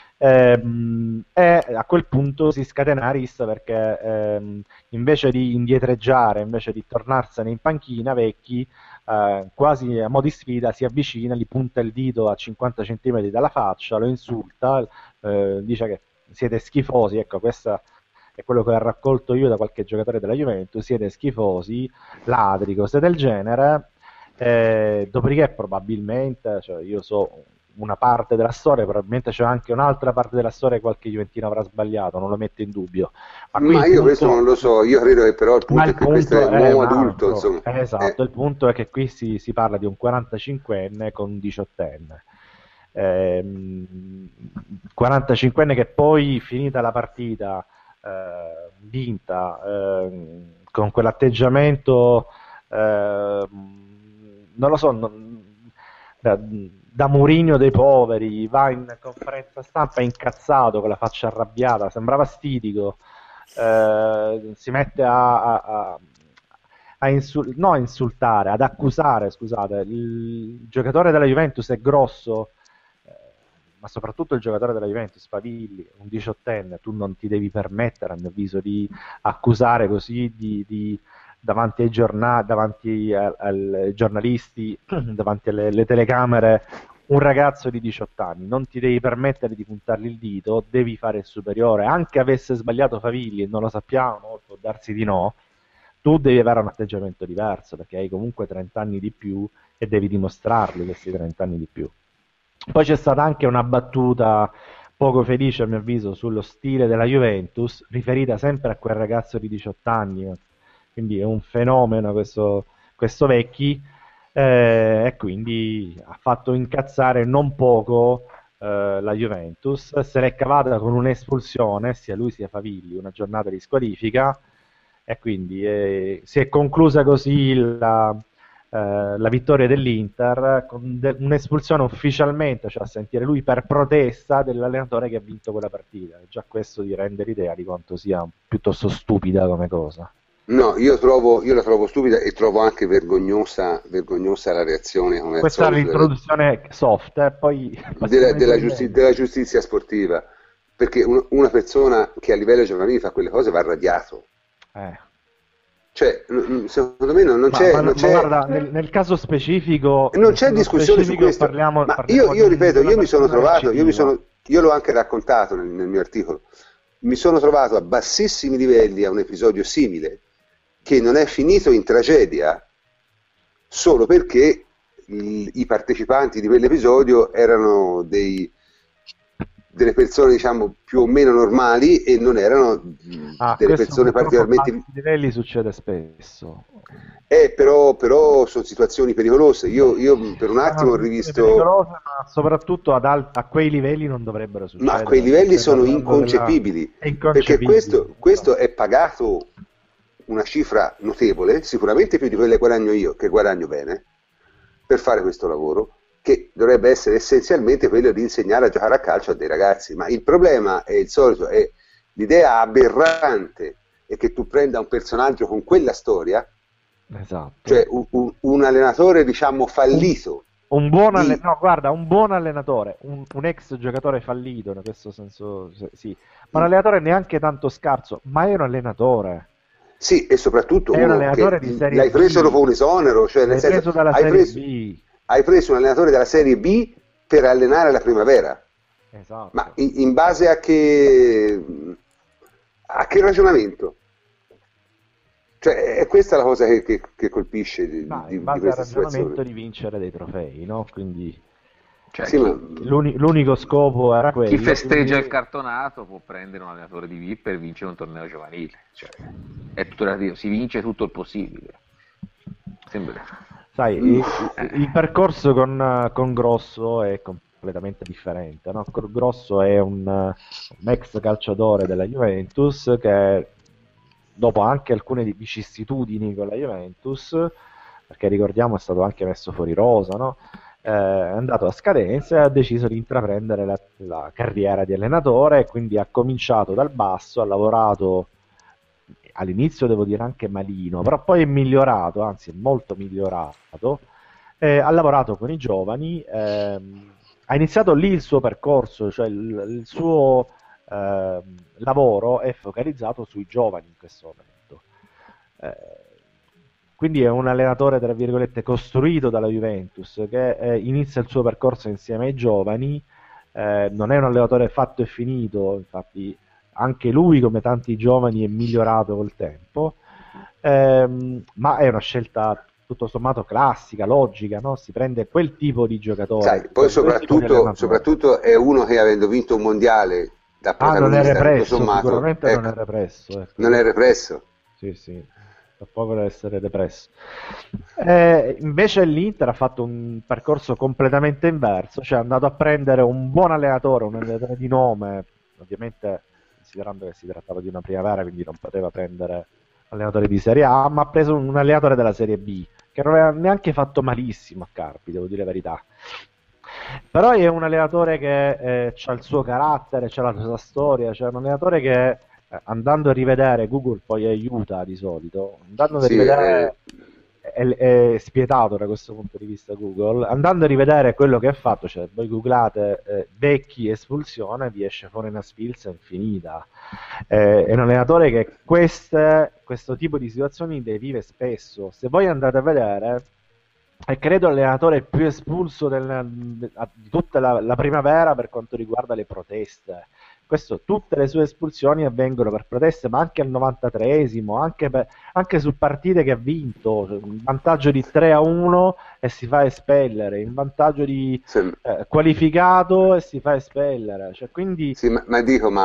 E a quel punto si scatena la rissa perché invece di indietreggiare, invece di tornarsene in panchina, Vecchi quasi a mo' di sfida si avvicina, gli punta il dito a 50 cm dalla faccia, lo insulta, dice che siete schifosi. Ecco, questo è quello che ho raccolto io da qualche giocatore della Juventus: siete schifosi, ladri, cose del genere. Dopodiché probabilmente, cioè, io so una parte della storia, probabilmente c'è anche un'altra parte della storia che qualche juventino avrà sbagliato, non lo metto in dubbio. Ma io questo non lo so, io credo che però il punto è che questo è un uomo adulto, insomma. Esatto, il punto è che qui si parla di un 45enne con un 18enne. 45enne che poi, finita la partita vinta, con quell'atteggiamento, non lo so, da Mourinho dei poveri, va in conferenza stampa incazzato con la faccia arrabbiata, sembrava stitico, si mette no a insultare, ad accusare, scusate, il giocatore della Juventus è grosso, ma soprattutto il giocatore della Juventus, Favilli, un 18enne, tu non ti devi permettere, a mio avviso, di accusare così davanti ai davanti ai giornalisti, davanti alle telecamere, un ragazzo di 18 anni. Non ti devi permettere di puntargli il dito, devi fare il superiore. Anche avesse sbagliato Favilli, e non lo sappiamo, può darsi di no, tu devi avere un atteggiamento diverso, perché hai comunque 30 anni di più e devi dimostrarli questi 30 anni di più. Poi c'è stata anche una battuta poco felice, a mio avviso, sullo stile della Juventus, riferita sempre a quel ragazzo di 18 anni, quindi è un fenomeno questo Vecchi, e quindi ha fatto incazzare non poco la Juventus. Se l'è cavata con un'espulsione, sia lui sia Favilli, una giornata di squalifica, e quindi si è conclusa così la vittoria dell'Inter con un'espulsione ufficialmente, cioè a sentire lui, per protesta dell'allenatore che ha vinto quella partita. Già questo di rendere idea di quanto sia piuttosto stupida come cosa. No, io la trovo stupida e trovo anche vergognosa la reazione. Come questa è l'introduzione soft, poi della giustizia sportiva, perché una persona che a livello giovanile fa quelle cose va radiato. Cioè, secondo me non c'è. Guarda, nel caso specifico non c'è discussione su questo. Parliamo io ripeto, io mi sono trovato, io l'ho anche raccontato nel mio articolo, mi sono trovato a bassissimi livelli a un episodio simile, che non è finito in tragedia solo perché i partecipanti di quell'episodio erano dei delle persone diciamo più o meno normali e non erano delle persone particolarmente... A questi livelli succede spesso. Però sono situazioni pericolose. Io per un attimo ho rivisto... Pericolose, ma soprattutto a quei livelli non dovrebbero succedere. Ma a quei livelli sono inconcepibili, perché questo è pagato una cifra notevole, sicuramente più di quelle che guadagno io, che guadagno bene, per fare questo lavoro, che dovrebbe essere essenzialmente quello di insegnare a giocare a calcio a dei ragazzi. Ma il problema è il solito, è l'idea aberrante è che tu prenda un personaggio con quella storia, esatto, cioè un allenatore diciamo fallito. Un buon allenatore, un ex giocatore fallito in questo senso, sì, ma un allenatore neanche tanto scarso, ma è un allenatore. Sì, e soprattutto è un allenatore che di serie l'hai preso B. dopo un esonero, cioè nel senso, preso dalla serie B. Hai preso un allenatore della Serie B per allenare la primavera. Esatto. Ma in base a che ragionamento? Cioè, è questa la cosa che colpisce di in base questa al ragionamento situazione. di vincere dei trofei, no? Quindi Cioè, sì, l'unico scopo era quello. Chi festeggia quindi... il cartonato può prendere un allenatore di VIP per vincere un torneo giovanile. Cioè, è tutto relativo, si vince tutto il possibile. Sembra. Sai, il percorso con Grosso è completamente differente, no? Grosso è un ex calciatore della Juventus che dopo anche alcune vicissitudini con la Juventus, perché ricordiamo è stato anche messo fuori rosa, no? È andato a scadenza e ha deciso di intraprendere la carriera di allenatore e quindi ha cominciato dal basso, ha lavorato all'inizio devo dire anche malino, però poi è migliorato, anzi è molto migliorato, ha lavorato con i giovani, ha iniziato lì il suo percorso, cioè il suo lavoro è focalizzato sui giovani in questo momento. Quindi è un allenatore, tra virgolette, costruito dalla Juventus, che inizia il suo percorso insieme ai giovani, non è un allenatore fatto e finito, infatti anche lui, come tanti giovani, è migliorato col tempo, ma è una scelta tutto sommato classica, logica, no? Si prende quel tipo di giocatore. Sai, poi soprattutto è uno che avendo vinto un mondiale da protagonista, non è represso, tutto sommato, sicuramente ecco, non è represso. Ecco. Non è represso? Sì, da poco deve essere depresso. Invece l'Inter ha fatto un percorso completamente inverso, cioè è andato a prendere un buon allenatore, un allenatore di nome, ovviamente considerando che si trattava di una primavera, quindi non poteva prendere allenatore di Serie A, ma ha preso un allenatore della Serie B, che non aveva neanche fatto malissimo a Carpi, devo dire la verità. Però è un allenatore che ha il suo carattere, c'ha la sua storia, cioè un allenatore che andando a rivedere, Google poi aiuta di solito, andando a rivedere è spietato da questo punto di vista Google, andando a rivedere quello che ha fatto, cioè voi googlate Becchi espulsione, vi esce fuori una sfilza infinita. È un allenatore che questo tipo di situazioni le vive spesso. Se voi andate a vedere, è credo l'allenatore più espulso di tutta la primavera per quanto riguarda le proteste. Tutte le sue espulsioni avvengono per proteste, ma anche al 93esimo, anche su partite che ha vinto, in vantaggio di 3-1 e si fa espellere, in vantaggio di qualificato e si fa espellere. Cioè, quindi... Sì, ma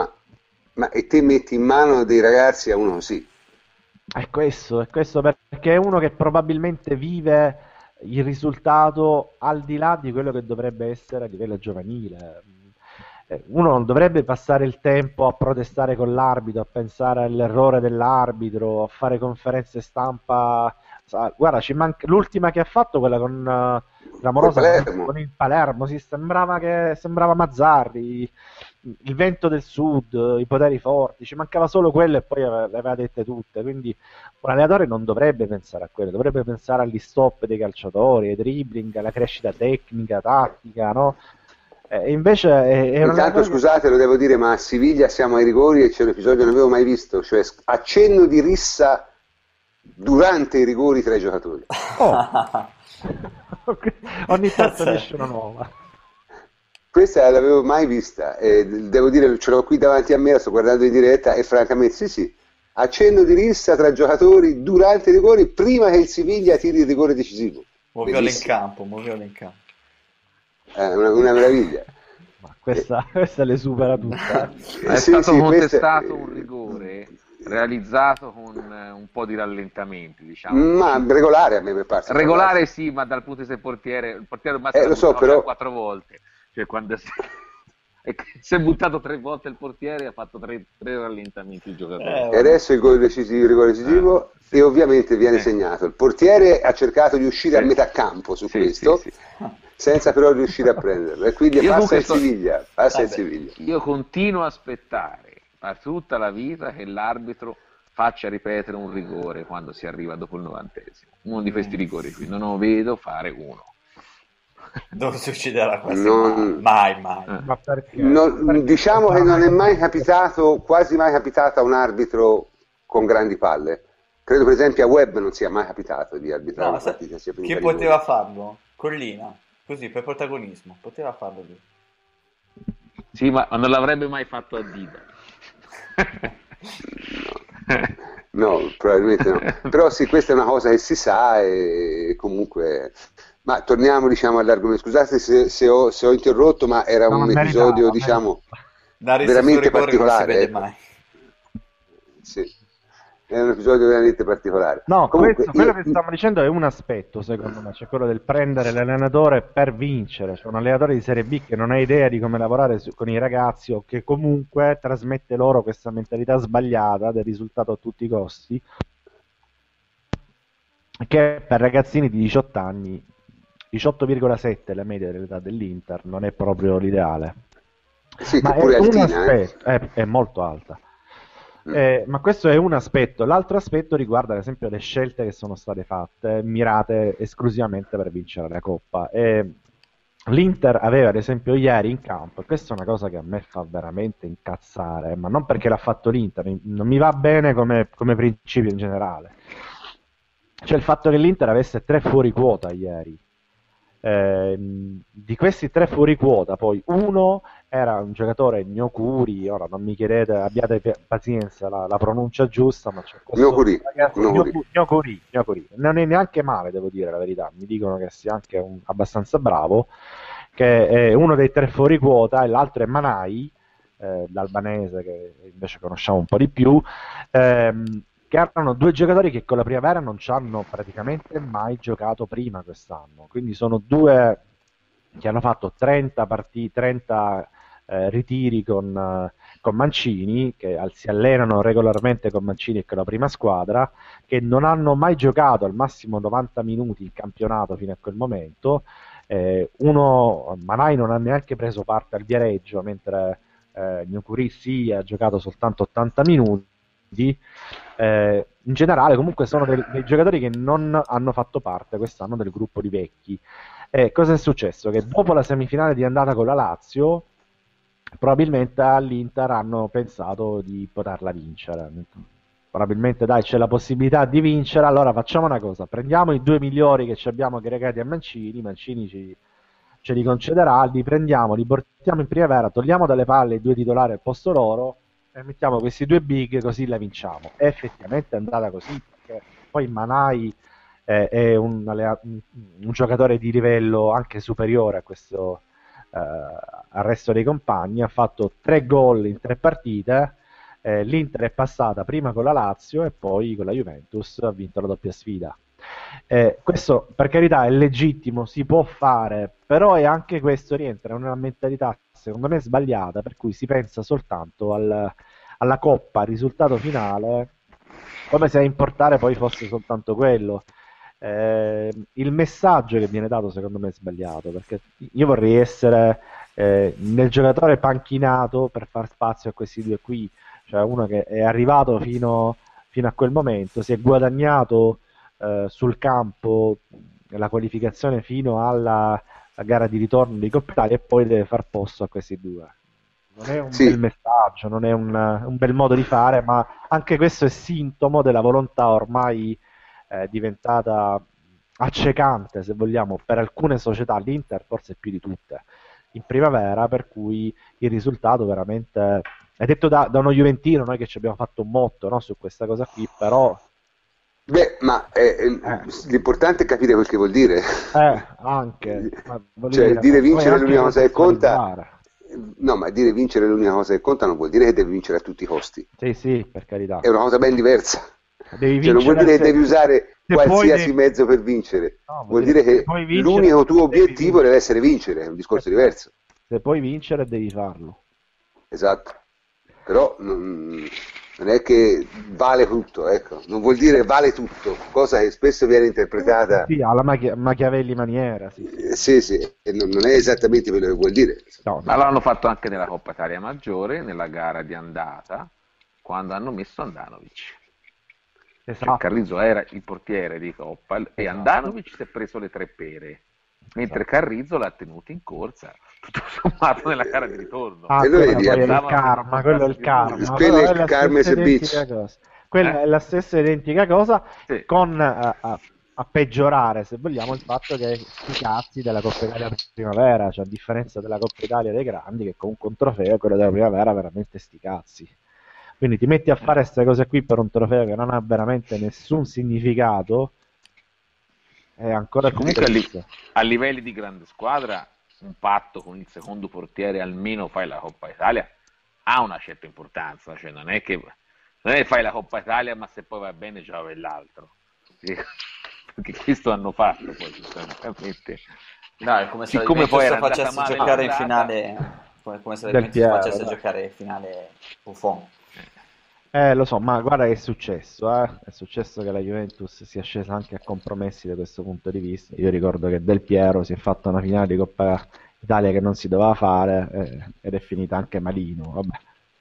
e te metti in mano dei ragazzi a uno così? È questo perché è uno che probabilmente vive il risultato al di là di quello che dovrebbe essere a livello giovanile. Uno non dovrebbe passare il tempo a protestare con l'arbitro, a pensare all'errore dell'arbitro, a fare conferenze stampa. Guarda, ci manca l'ultima che ha fatto, quella con l'amorosa con il Palermo, sembrava Mazzarri, il vento del sud, i poteri forti, ci mancava solo quello e poi le aveva dette tutte. Quindi un allenatore non dovrebbe pensare a quello, dovrebbe pensare agli stop dei calciatori, ai dribbling, alla crescita tecnica, tattica, no? Invece intanto scusate, lo devo dire, ma a Siviglia siamo ai rigori e c'è un episodio che non avevo mai visto, cioè accenno di rissa durante i rigori tra i giocatori. Ogni tanto esce una nuova. Questa l'avevo mai vista, devo dire, ce l'ho qui davanti a me, la sto guardando in diretta e francamente sì, accenno di rissa tra giocatori durante i rigori prima che il Siviglia tiri il rigore decisivo. Muoviola in campo. Una meraviglia. questa le supera tutte. È Sì, stato sì, contestato un rigore realizzato con un po' di rallentamenti, diciamo. ma regolare a me per parte. Regolare sì, ma dal punto di vista il portiere ormai si era lo so, buttato però 4 volte. Cioè, quando si è buttato 3 volte il portiere e ha fatto 3 rallentamenti il giocatore. e adesso il gol decisivo, il rigore decisivo, e ovviamente viene segnato. Il portiere ha cercato di uscire a metà campo su questo, senza però riuscire a prenderlo, e quindi passa in Siviglia. Io continuo a aspettare per tutta la vita che l'arbitro faccia ripetere un rigore quando si arriva dopo il 90°. Uno di questi rigori qui, non lo vedo fare uno. Non succederà quasi Non- mai. Ma perché? Diciamo che non è mai capitato, quasi mai capitato a un arbitro con grandi palle. Credo per esempio a Webb non sia mai capitato di arbitrare No, una partita sia finita chi rigore. poteva farlo? Collina, così per protagonismo, poteva farlo lui. Sì, ma non l'avrebbe mai fatto a Dida. No, probabilmente no. Però sì, questa è una cosa che si sa, e comunque. Ma torniamo, diciamo, all'argomento. Scusate se ho interrotto, ma era No, un meritava, episodio, diciamo, Dare il veramente rigore non si particolare. vede Ecco. mai. Sì, è un episodio veramente particolare. No, Comunque, quello che stiamo dicendo è un aspetto, secondo me, cioè quello del prendere l'allenatore per vincere, cioè un allenatore di Serie B che non ha idea di come lavorare con i ragazzi, o che comunque trasmette loro questa mentalità sbagliata del risultato a tutti i costi, che per ragazzini di 18 anni, 18,7 la media dell'età dell'Inter, non è proprio l'ideale. sì, Ma che pure è un altina, aspetto, è molto alta. Ma questo è un aspetto. L'altro aspetto riguarda ad esempio le scelte che sono state fatte, mirate esclusivamente per vincere la Coppa. L'Inter aveva ad esempio ieri in campo, e questa è una cosa che a me fa veramente incazzare, ma non perché l'ha fatto l'Inter, non mi va bene come principio in generale. Cioè il fatto che l'Inter avesse 3 fuori quota ieri. Di questi 3 fuori quota, poi uno era un giocatore Gnocuri, ora non mi chiedete, abbiate pazienza, la pronuncia giusta, ma c'è questo Gnocuri, ragazzo Gnocuri. Gnocuri. Non è neanche male, devo dire la verità, mi dicono che sia anche abbastanza bravo, che è uno dei 3 fuori quota, e l'altro è Manai, l'albanese, che invece conosciamo un po' di più, che erano 2 giocatori che con la primavera non ci hanno praticamente mai giocato prima quest'anno, quindi sono 2 che hanno fatto 30 ritiri con Mancini, che si allenano regolarmente con Mancini e con la prima squadra, che non hanno mai giocato al massimo 90 minuti in campionato fino a quel momento. Manai non ha neanche preso parte al Viareggio, mentre Gnocuri sì, ha giocato soltanto 80 minuti. In generale comunque sono dei giocatori che non hanno fatto parte quest'anno del gruppo di vecchi. Cosa è successo? Che dopo la semifinale di andata con la Lazio, probabilmente all'Inter hanno pensato di poterla vincere. Probabilmente dai, c'è la possibilità di vincere, allora facciamo una cosa, prendiamo i 2 migliori che ci abbiamo aggregati a Mancini ce li concederà, li prendiamo, li portiamo in primavera, togliamo dalle palle i 2 titolari al posto loro e mettiamo questi 2 big, così la vinciamo. È effettivamente andata così, perché poi Manai è un giocatore di livello anche superiore a questo, al resto dei compagni, ha fatto 3 gol in 3 partite. L'Inter è passata prima con la Lazio e poi con la Juventus, ha vinto la doppia sfida. Questo per carità è legittimo, si può fare, però è anche questo rientra in una mentalità secondo me sbagliata, per cui si pensa soltanto alla Coppa, al risultato finale, come se a importare poi fosse soltanto quello. Il messaggio che viene dato secondo me è sbagliato, perché io vorrei essere nel giocatore panchinato per far spazio a questi 2 qui, cioè uno che è arrivato fino a quel momento, si è guadagnato sul campo la qualificazione fino alla gara di ritorno di Coppa Italia, e poi deve far posto a questi 2. Non è un bel messaggio, non è un bel modo di fare, ma anche questo è sintomo della volontà ormai diventata accecante, se vogliamo, per alcune società, l'Inter forse più di tutte, in primavera, per cui il risultato veramente è detto da uno juventino, noi che ci abbiamo fatto un motto, no, su questa cosa qui, però ma l'importante è capire quel che vuol dire. anche, ma Cioè, dire vincere è l'unica cosa che conta. arrivare. No, ma dire vincere è l'unica cosa che conta non vuol dire che devi vincere a tutti i costi. Sì, per carità. È una cosa ben diversa. Devi Cioè, non vuol vincere dire che devi usare qualsiasi devi... mezzo per vincere. No, vuol dire che l'unico tuo obiettivo deve essere vincere, è un discorso diverso. Se puoi vincere devi farlo. Esatto. Però non è che vale tutto, ecco. Non vuol dire vale tutto, cosa che spesso viene interpretata. Sì, alla Machiavelli maniera. Sì. Sì, e non è esattamente quello che vuol dire. No. Ma l'hanno fatto anche nella Coppa Italia Maggiore, nella gara di andata, quando hanno messo Andanovic. Esatto. Cioè, Carrizzo era il portiere di Coppa e Andanovic si è preso le 3 pere, mentre Carrizzo l'ha tenuto in corsa, tutto sommato nella gara di ritorno. Quello è il karma, quello è il karma. Quello è il karma esibito. Quella è la stessa identica cosa, sì. Con a peggiorare, se vogliamo, il fatto che sti cazzi della Coppa Italia Primavera, cioè a differenza della Coppa Italia dei grandi, che comunque un trofeo, quello della Primavera veramente sti cazzi. Quindi ti metti a fare queste cose qui per un trofeo che non ha veramente nessun significato, è ancora più comunque a livelli di grande squadra un patto con il secondo portiere, almeno fai la Coppa Italia, ha una certa importanza, cioè non è che fai la Coppa Italia ma se poi va bene gioca l'altro, perché questo hanno fatto poi sostanzialmente. No, come se la facesse giocare in finale, come se la facesse giocare in finale Buffon. Lo so, ma guarda che è successo, È successo che la Juventus sia scesa anche a compromessi da questo punto di vista. Io ricordo che Del Piero si è fatta una finale di Coppa Italia che non si doveva fare ed è finita anche malino, vabbè.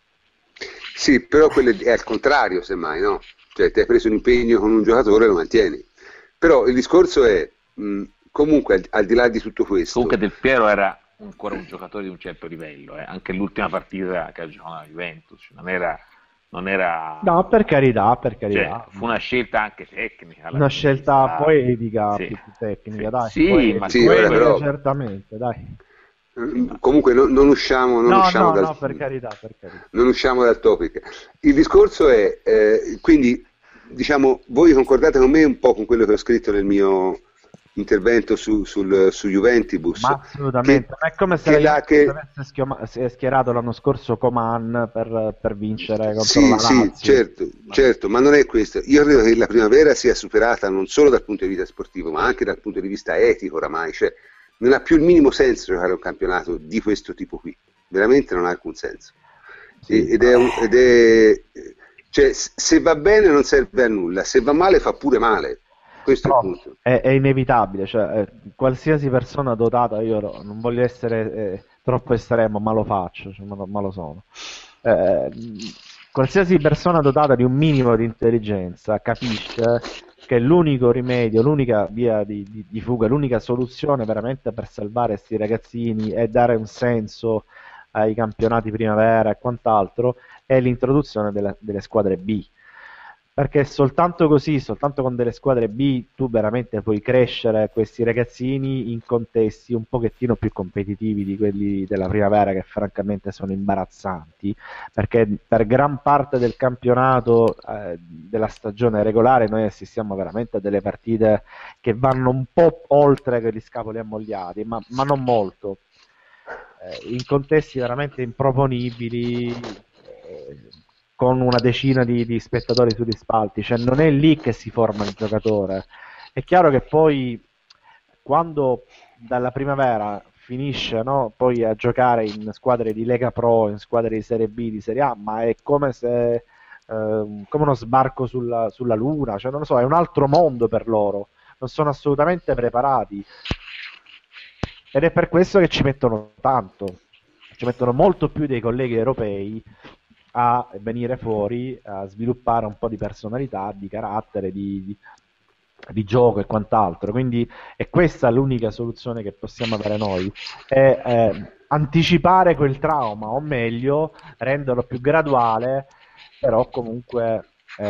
Sì, però quello è al contrario, semmai, no? Cioè, ti hai preso un impegno con un giocatore e lo mantieni. Però il discorso è, comunque, al di là di tutto questo... Comunque Del Piero era ancora un giocatore di un certo livello, anche l'ultima partita che ha giocato la Juventus, non era... No, per carità. Cioè, fu una scelta anche tecnica. Una scelta poetica, sì. Più tecnica, dai. Sì, ma però... certamente, dai. Comunque non usciamo dal... per carità. Non usciamo dal topic. Il discorso è, quindi, diciamo, voi concordate con me un po' con quello che ho scritto nel mio intervento su Juventibus. Ma assolutamente, ma è come se avesse schierato l'anno scorso Coman per vincere contro la Lazio. Sì, certo, ma non è questo. Io credo che la primavera sia superata non solo dal punto di vista sportivo, ma anche dal punto di vista etico oramai, cioè non ha più il minimo senso giocare un campionato di questo tipo qui, veramente non ha alcun senso. Sì. Cioè, se va bene non serve a nulla, se va male fa pure male. Questo è il punto. È inevitabile, cioè, qualsiasi persona dotata, io non voglio essere troppo estremo, ma lo faccio, cioè, ma lo sono. Qualsiasi persona dotata di un minimo di intelligenza capisce che l'unico rimedio, l'unica via di fuga, l'unica soluzione veramente per salvare questi ragazzini e dare un senso ai campionati primavera e quant'altro è l'introduzione delle squadre B. Perché soltanto così, soltanto con delle squadre B, tu veramente puoi crescere questi ragazzini in contesti un pochettino più competitivi di quelli della primavera, che francamente sono imbarazzanti, perché per gran parte del campionato della stagione regolare noi assistiamo veramente a delle partite che vanno un po' oltre che gli scapoli ammogliati, ma non molto, in contesti veramente improponibili, con una decina di spettatori sugli spalti, cioè non è lì che si forma il giocatore. È chiaro che poi quando dalla primavera finisce, no, poi a giocare in squadre di Lega Pro, in squadre di Serie B, di Serie A, ma è come se come uno sbarco sulla Luna, cioè non lo so, è un altro mondo per loro, non sono assolutamente preparati ed è per questo che ci mettono tanto, ci mettono molto più dei colleghi europei a venire fuori, a sviluppare un po' di personalità, di carattere, di gioco e quant'altro. Quindi è questa l'unica soluzione che possiamo avere noi, è anticipare quel trauma, o meglio renderlo più graduale, però comunque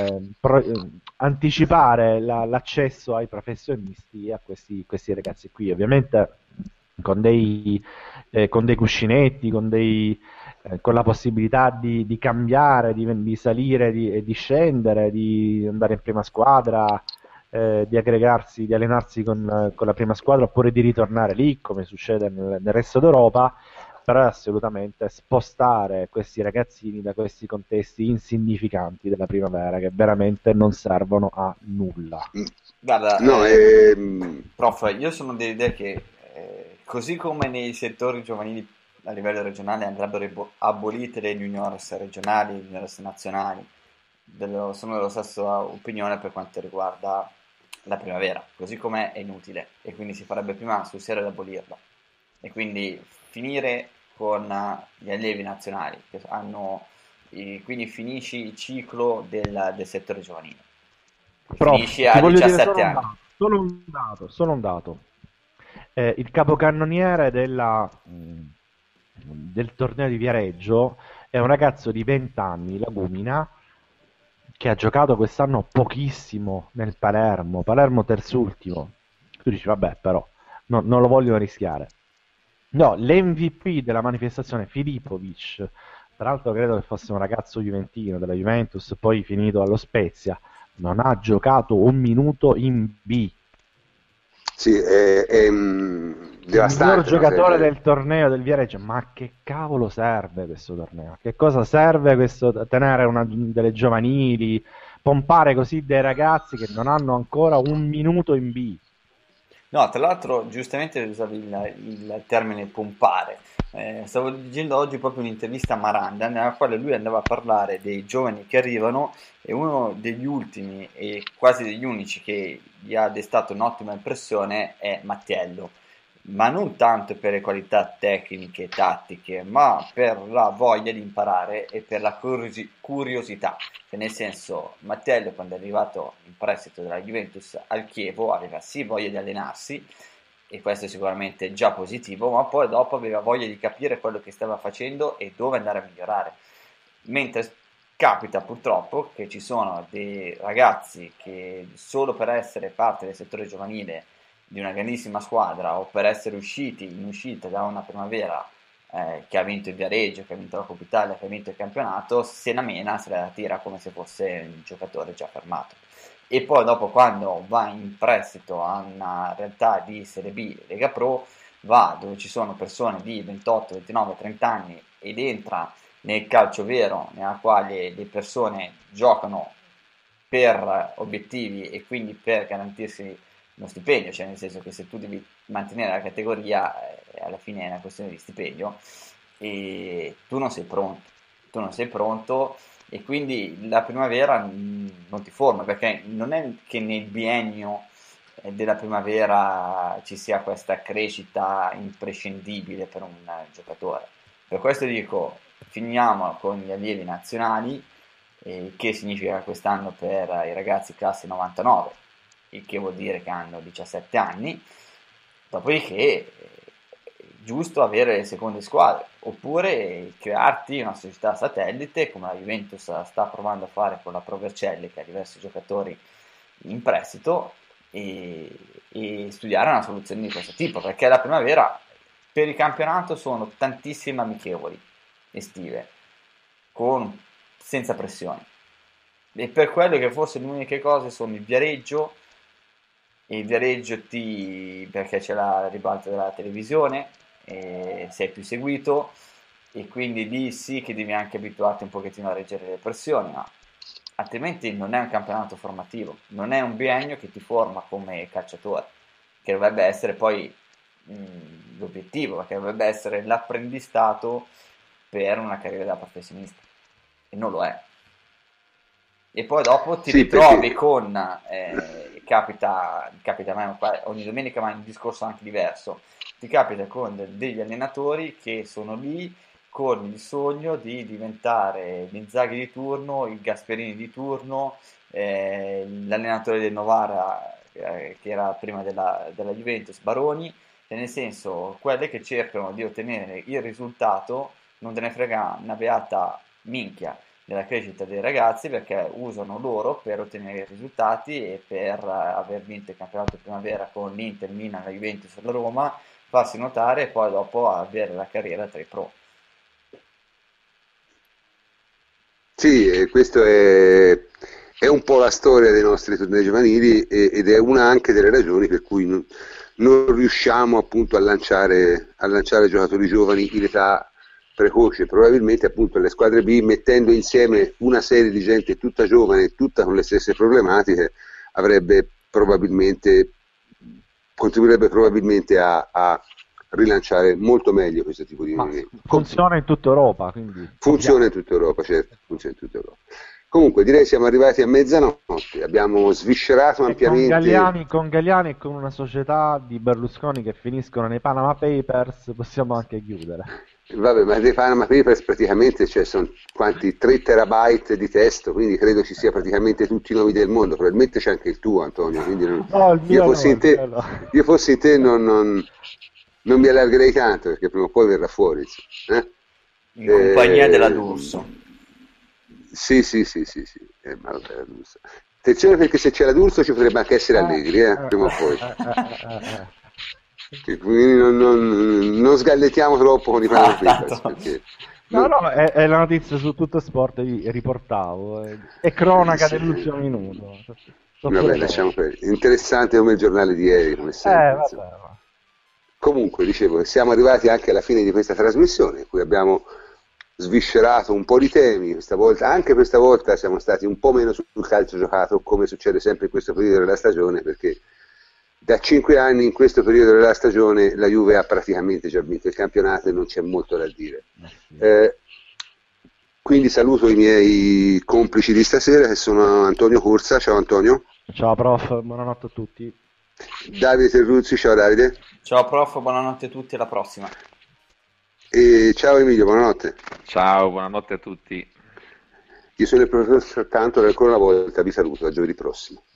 anticipare l'accesso ai professionisti, a questi ragazzi qui, ovviamente con dei cuscinetti, con la possibilità di cambiare, di salire e di scendere, di andare in prima squadra, di aggregarsi, di allenarsi con la prima squadra, oppure di ritornare lì, come succede nel resto d'Europa, però è assolutamente spostare questi ragazzini da questi contesti insignificanti della primavera che veramente non servono a nulla. Guarda, No, prof, io sono dell'idea che così come nei settori giovanili a livello regionale andrebbero abolite le juniores regionali, le juniores nazionali, sono della stessa opinione per quanto riguarda la primavera, così come è inutile e quindi si farebbe prima sul serio ad abolirla e quindi finire con gli allievi nazionali che hanno, quindi finisci il ciclo del settore giovanile. Prof, Finisci ti a voglio dire 17 anni. solo un dato. Il capocannoniere del torneo di Viareggio è un ragazzo di 20 anni, Lagumina, che ha giocato quest'anno pochissimo nel Palermo terzultimo. Tu dici, vabbè, però non lo vogliono rischiare. No, l'MVP della manifestazione, Filipovic, tra l'altro credo che fosse un ragazzo juventino della Juventus, poi finito allo Spezia, non ha giocato un minuto in B. sì, è Il miglior devastante, no? giocatore del torneo del Viareggio, ma che cavolo serve questo torneo? Che cosa serve questo tenere delle giovanili, pompare così dei ragazzi che non hanno ancora un minuto in B? No, tra l'altro giustamente usavi il termine pompare. Stavo leggendo oggi proprio un'intervista a Maranda nella quale lui andava a parlare dei giovani che arrivano e uno degli ultimi e quasi degli unici che gli ha destato un'ottima impressione è Mattiello, ma non tanto per le qualità tecniche e tattiche, ma per la voglia di imparare e per la curiosità. Cioè, nel senso, Mattello quando è arrivato in prestito dalla Juventus al Chievo aveva sì voglia di allenarsi e questo è sicuramente già positivo, ma poi dopo aveva voglia di capire quello che stava facendo e dove andare a migliorare. Mentre capita purtroppo che ci sono dei ragazzi che solo per essere parte del settore giovanile di una grandissima squadra o per essere usciti in uscita da una primavera che ha vinto il Viareggio, che ha vinto la Coppa Italia, che ha vinto il campionato, se la mena, se la tira come se fosse un giocatore già fermato. E poi dopo quando va in prestito a una realtà di Serie B, Lega Pro, va dove ci sono persone di 28, 29, 30 anni ed entra nel calcio vero, nella quale le persone giocano per obiettivi e quindi per garantirsi uno stipendio, cioè nel senso che se tu devi mantenere la categoria alla fine è una questione di stipendio e tu non sei pronto e quindi la primavera non ti forma perché non è che nel biennio della primavera ci sia questa crescita imprescindibile per un giocatore. Per questo dico finiamo con gli allievi nazionali, che significa quest'anno per i ragazzi classe 99, il che vuol dire che hanno 17 anni, dopodiché è giusto avere le seconde squadre, oppure crearti una società satellite come la Juventus sta provando a fare con la Pro Vercelli che ha diversi giocatori in prestito e studiare una soluzione di questo tipo, perché la primavera per il campionato sono tantissime amichevoli estive, senza pressioni. E per quello che forse le uniche cose sono il Viareggio, e il Viareggio perché c'è la ribalta della televisione, e sei più seguito, e quindi lì sì che devi anche abituarti un pochettino a reggere le pressioni, ma altrimenti non è un campionato formativo, non è un biennio che ti forma come calciatore, che dovrebbe essere poi l'obiettivo, perché dovrebbe essere l'apprendistato per una carriera da professionista e non lo è. E poi dopo ti ritrovi con capita a me ogni domenica, ma è un discorso anche diverso, ti capita con degli allenatori che sono lì con il sogno di diventare l'Inzaghi di turno, il Gasperini di turno, l'allenatore del Novara che era prima della Juventus, Baroni, nel senso quelle che cercano di ottenere il risultato, non te ne frega una beata minchia della crescita dei ragazzi perché usano loro per ottenere i risultati e per aver vinto il campionato di primavera con l'Inter, il Milan, la Juventus e la Roma, farsi notare e poi dopo avere la carriera tra i pro. Sì, questo è un po' la storia dei nostri tornei giovanili ed è una anche delle ragioni per cui non riusciamo appunto a lanciare giocatori giovani in età precoce. Probabilmente appunto le squadre B, mettendo insieme una serie di gente tutta giovane, tutta con le stesse problematiche, contribuirebbe probabilmente a rilanciare molto meglio questo tipo di movimento. Funziona in tutta Europa, quindi funziona in tutta Europa, certo, funziona in tutta Europa. Comunque direi siamo arrivati a mezzanotte, abbiamo sviscerato ampiamente. Con Galliani e con una società di Berlusconi che finiscono nei Panama Papers possiamo anche chiudere. Vabbè, ma dei Panama Papers praticamente sono quanti? 3 terabyte di testo, quindi credo ci sia praticamente tutti i nomi del mondo, probabilmente c'è anche il tuo, Antonio, quindi io fossi in te non mi allargherei tanto, perché prima o poi verrà fuori. In compagnia della D'Urso. Sì. Ma vabbè, attenzione, perché se c'è la D'Urso ci potrebbe anche essere Allegri, prima o poi. Quindi non sgallettiamo troppo con i Panama Papers, perché no, è la notizia su Tutto Sport, riportavo, è cronaca dell'ultimo minuto. Vabbè, lasciamo perdere. Interessante come il giornale di ieri, come sempre. Comunque, dicevo, siamo arrivati anche alla fine di questa trasmissione, in cui abbiamo sviscerato un po' di temi. Anche questa volta siamo stati un po' meno sul calcio giocato, come succede sempre in questo periodo della stagione, perché da 5 anni in questo periodo della stagione la Juve ha praticamente già vinto il campionato e non c'è molto da dire. Quindi saluto i miei complici di stasera, che sono Antonio Corsa. Ciao Antonio. Ciao prof, buonanotte a tutti. Davide Terruzzi. Ciao Davide. Ciao prof, buonanotte a tutti, alla prossima. E ciao Emilio, buonanotte. Ciao, buonanotte a tutti. Io sono il professor Cantor e ancora una volta vi saluto, a giovedì prossimo.